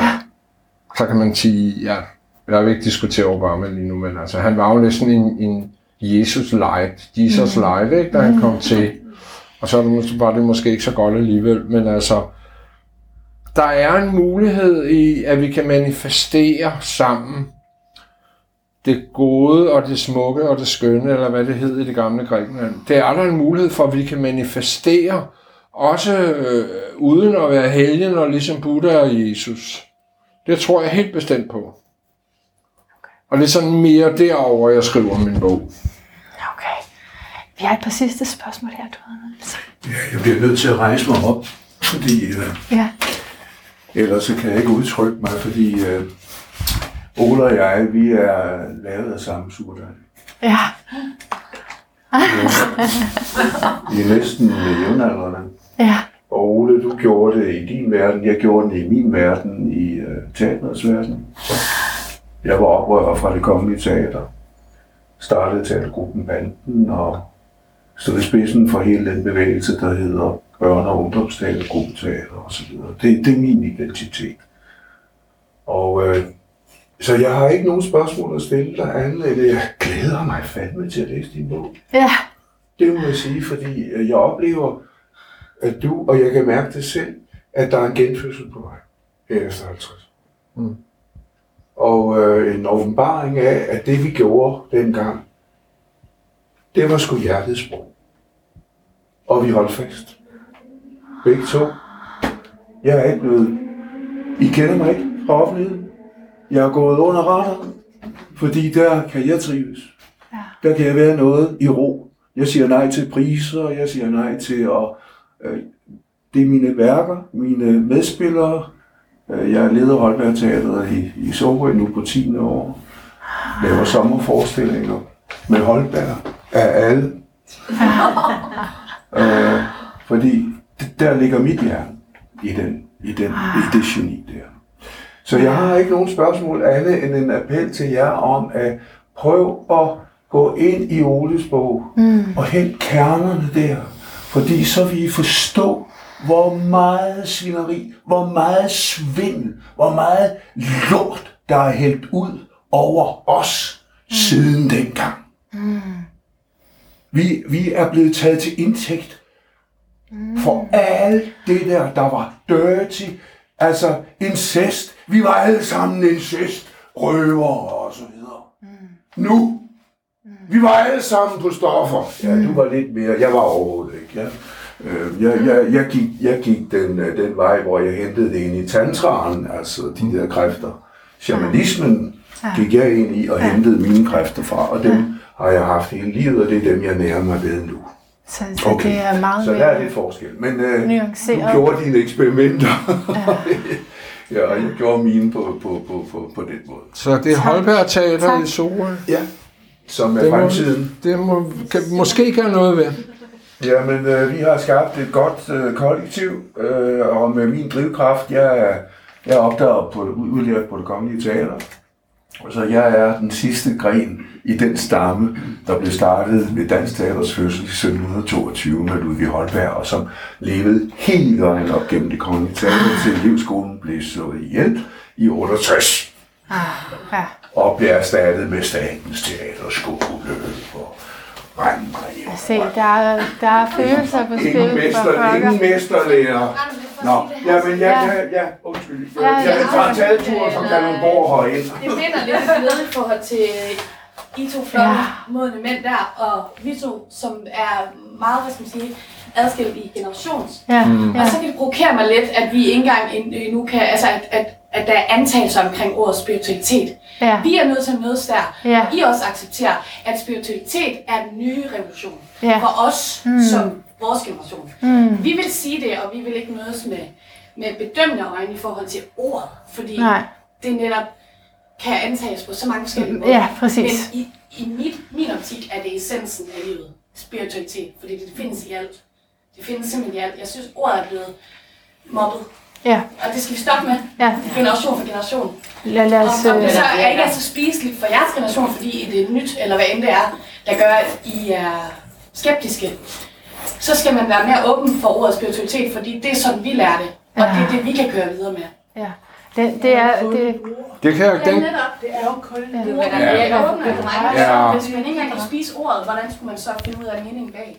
så kan man sige, ja, jeg vil ikke diskutere Obama lige nu, men altså, han var jo næsten en Jesus light, ikke, da han kom til. Og så var det måske ikke så godt alligevel, men altså, der er en mulighed i, at vi kan manifestere sammen det gode og det smukke og det skønne, eller hvad det hed i det gamle Grækenland. Det er der en mulighed for, at vi kan manifestere, også uden at være helgen og ligesom Buddha og Jesus. Det tror jeg helt bestemt på. Og det er sådan mere derover, jeg skriver min bog. Okay. Vi har et par sidste spørgsmål her, du ved. Ja, jeg bliver nødt til at rejse mig op, fordi ellers så kan jeg ikke udtrykke mig, fordi Ole og jeg, vi er lavet af samme surdej. Ja. Vi er næsten jævnaldrende. Ja. Og Ole, du gjorde det i din verden, jeg gjorde det i min verden, i teaterets verden. Jeg var oprører fra Det Kongelige Teater. Startede teatergruppen Banden og stod i spidsen for hele den bevægelse, der hedder børne- og ungdomsteater, gruppeteater osv. Det er min identitet. Og så jeg har ikke nogen spørgsmål at stille dig andet, end jeg glæder mig fandme til at læse din bog. Ja. Det må jeg sige, fordi jeg oplever, at du, og jeg kan mærke det selv, at der er en genfødsel på vej her efter 50. Og en åbenbaring af, at det vi gjorde dengang, det var sgu hjertets sprog. Og vi holdt fast. Begge to. Jeg er ikke noget. I kender mig ikke fra offentligheden. Jeg er gået under radaren, fordi der kan jeg trives. Ja. Der kan jeg være noget i ro. Jeg siger nej til priser, jeg siger nej til at... det er mine værker, mine medspillere. Jeg leder Holberg Teatret i Sorø nu på 10. år. Laver sommerforestillinger med Holberg af alle. Fordi der ligger mit hjerte i det geni der. Så jeg har ikke nogen spørgsmål andet end en appel til jer om at prøve at gå ind i Oles bog og hente kernerne der. Fordi så vil I forstå, hvor meget svineri, hvor meget svindel, hvor meget lort, der er hældt ud over os siden dengang. Vi er blevet taget til indtægt for alt det der var dirty, altså incest. Vi var alle sammen incest, røver og så videre. Nu, vi var alle sammen på stoffer. Ja, du var lidt mere, jeg var overhovedet ikke, ja. Jeg gik den vej, hvor jeg hentede det ind i tantraen, altså de der kræfter. Shamanismen gik jeg ind i og hentede mine kræfter fra, og dem har jeg haft hele livet, og det er dem, jeg nærer mig ved nu. Så okay. Det er meget så der er lidt forskel. Men du gjorde dine eksperimenter. Ja, og jeg gjorde mine på den måde. Så det er Holberg Teater i Sorø? Ja, som er fremtiden. Det kan måske gøre noget ved. Jamen, vi har skabt et godt kollektiv, og med min drivkraft, jeg er opdaget udlært på Det Kongelige Teater. Så jeg er den sidste gren i den stamme, der blev startet ved Dansk Teaters fødsel i 1722 med Ludvig Holberg, og som levede hele vejen op gennem Det Kongelige Teater, til elevskolen blev slået ihjel i 68. Og blev erstattet med Statens Teaterskole og Se, der er følelser på spil. Ingen mesterlærer. Nå, jamen, undskyld. Jeg tager tageturen fra Kalundborg herind. Det minder lidt billede i forhold til I to flotte modne mænd der, og vi to, som er meget, adskilt i generations. Og så kan det provokere mig lidt, at vi ikke engang endnu kan, altså at der er antagelser omkring ordet spiritualitet. Vi er nødt til at mødes der. I også accepterer, at spiritualitet er den nye revolution for os som vores generation. Vi vil sige det, og vi vil ikke mødes med bedømmende øjne i forhold til ordet, fordi det netop kan antages på så mange forskellige måder. Ja, præcis. Men i min optik er det essensen af livet, spiritualitet, fordi det findes i alt. Det findes simpelthen i alt. Jeg synes, ordet er blevet mobbet. Ja. Og det skal vi stoppe med. Generation for generation. Om det så er ikke så spiseligt for jeres generation, fordi det er nyt, eller hvad end det er, der gør, at I er skeptiske, så skal man være mere åben for ordet spiritualitet, fordi det er sådan, vi lærer det. Og det er det, vi kan køre videre med. Ja. Det kan jeg det er jo kun Hvis man ikke engang kan spise ordet, hvordan skulle man så finde ud af meningen bag?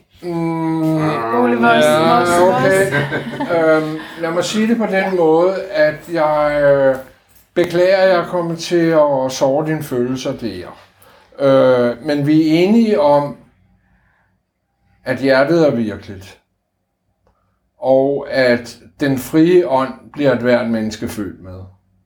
Okay. Lad mig sige det på den måde, at jeg beklager, at jeg kommer til at såre dine følelser der. Men vi er enige om, at hjertet er virkeligt. Og at den frie ånd bliver et hvert menneske født med.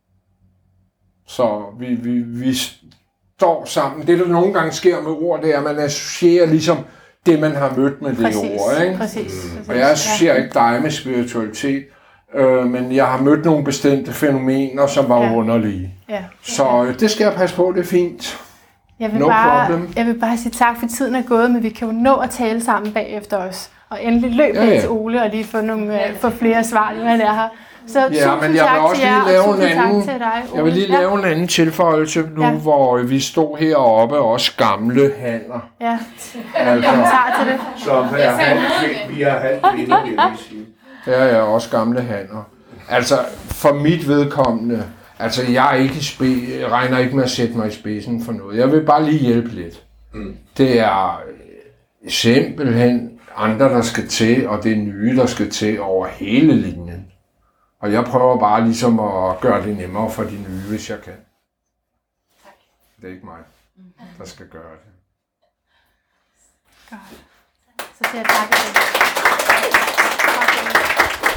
Så vi står sammen. Det, der nogle gange sker med ord, det er, at man associerer ligesom det, man har mødt med det ord. Ikke? Præcis. Og jeg associerer ikke dig med spiritualitet, men jeg har mødt nogle bestemte fænomener, som var underlige. Så det skal jeg passe på, det er fint. Jeg vil bare sige tak for tiden er gået, men vi kan jo nå at tale sammen bagefter os. Og endelig løb til Ole og lige få flere svar, når han er her. Så men jeg vil også lige lave en anden tilføjelse nu, hvor vi stod heroppe, også gamle hanner. Ja, kommentar til det. Som vi er halvt kvinder, vil jeg sige. Ja, også gamle hanner. Altså, for mit vedkommende, altså jeg er ikke regner ikke med at sætte mig i spidsen for noget. Jeg vil bare lige hjælpe lidt. Det er simpelthen andre, der skal til, og det er nye, der skal til over hele linjen. Og jeg prøver bare ligesom at gøre det nemmere for de nye, hvis jeg kan. Det er ikke mig, der skal gøre det. Godt. Så siger jeg tak igen. Tak for det.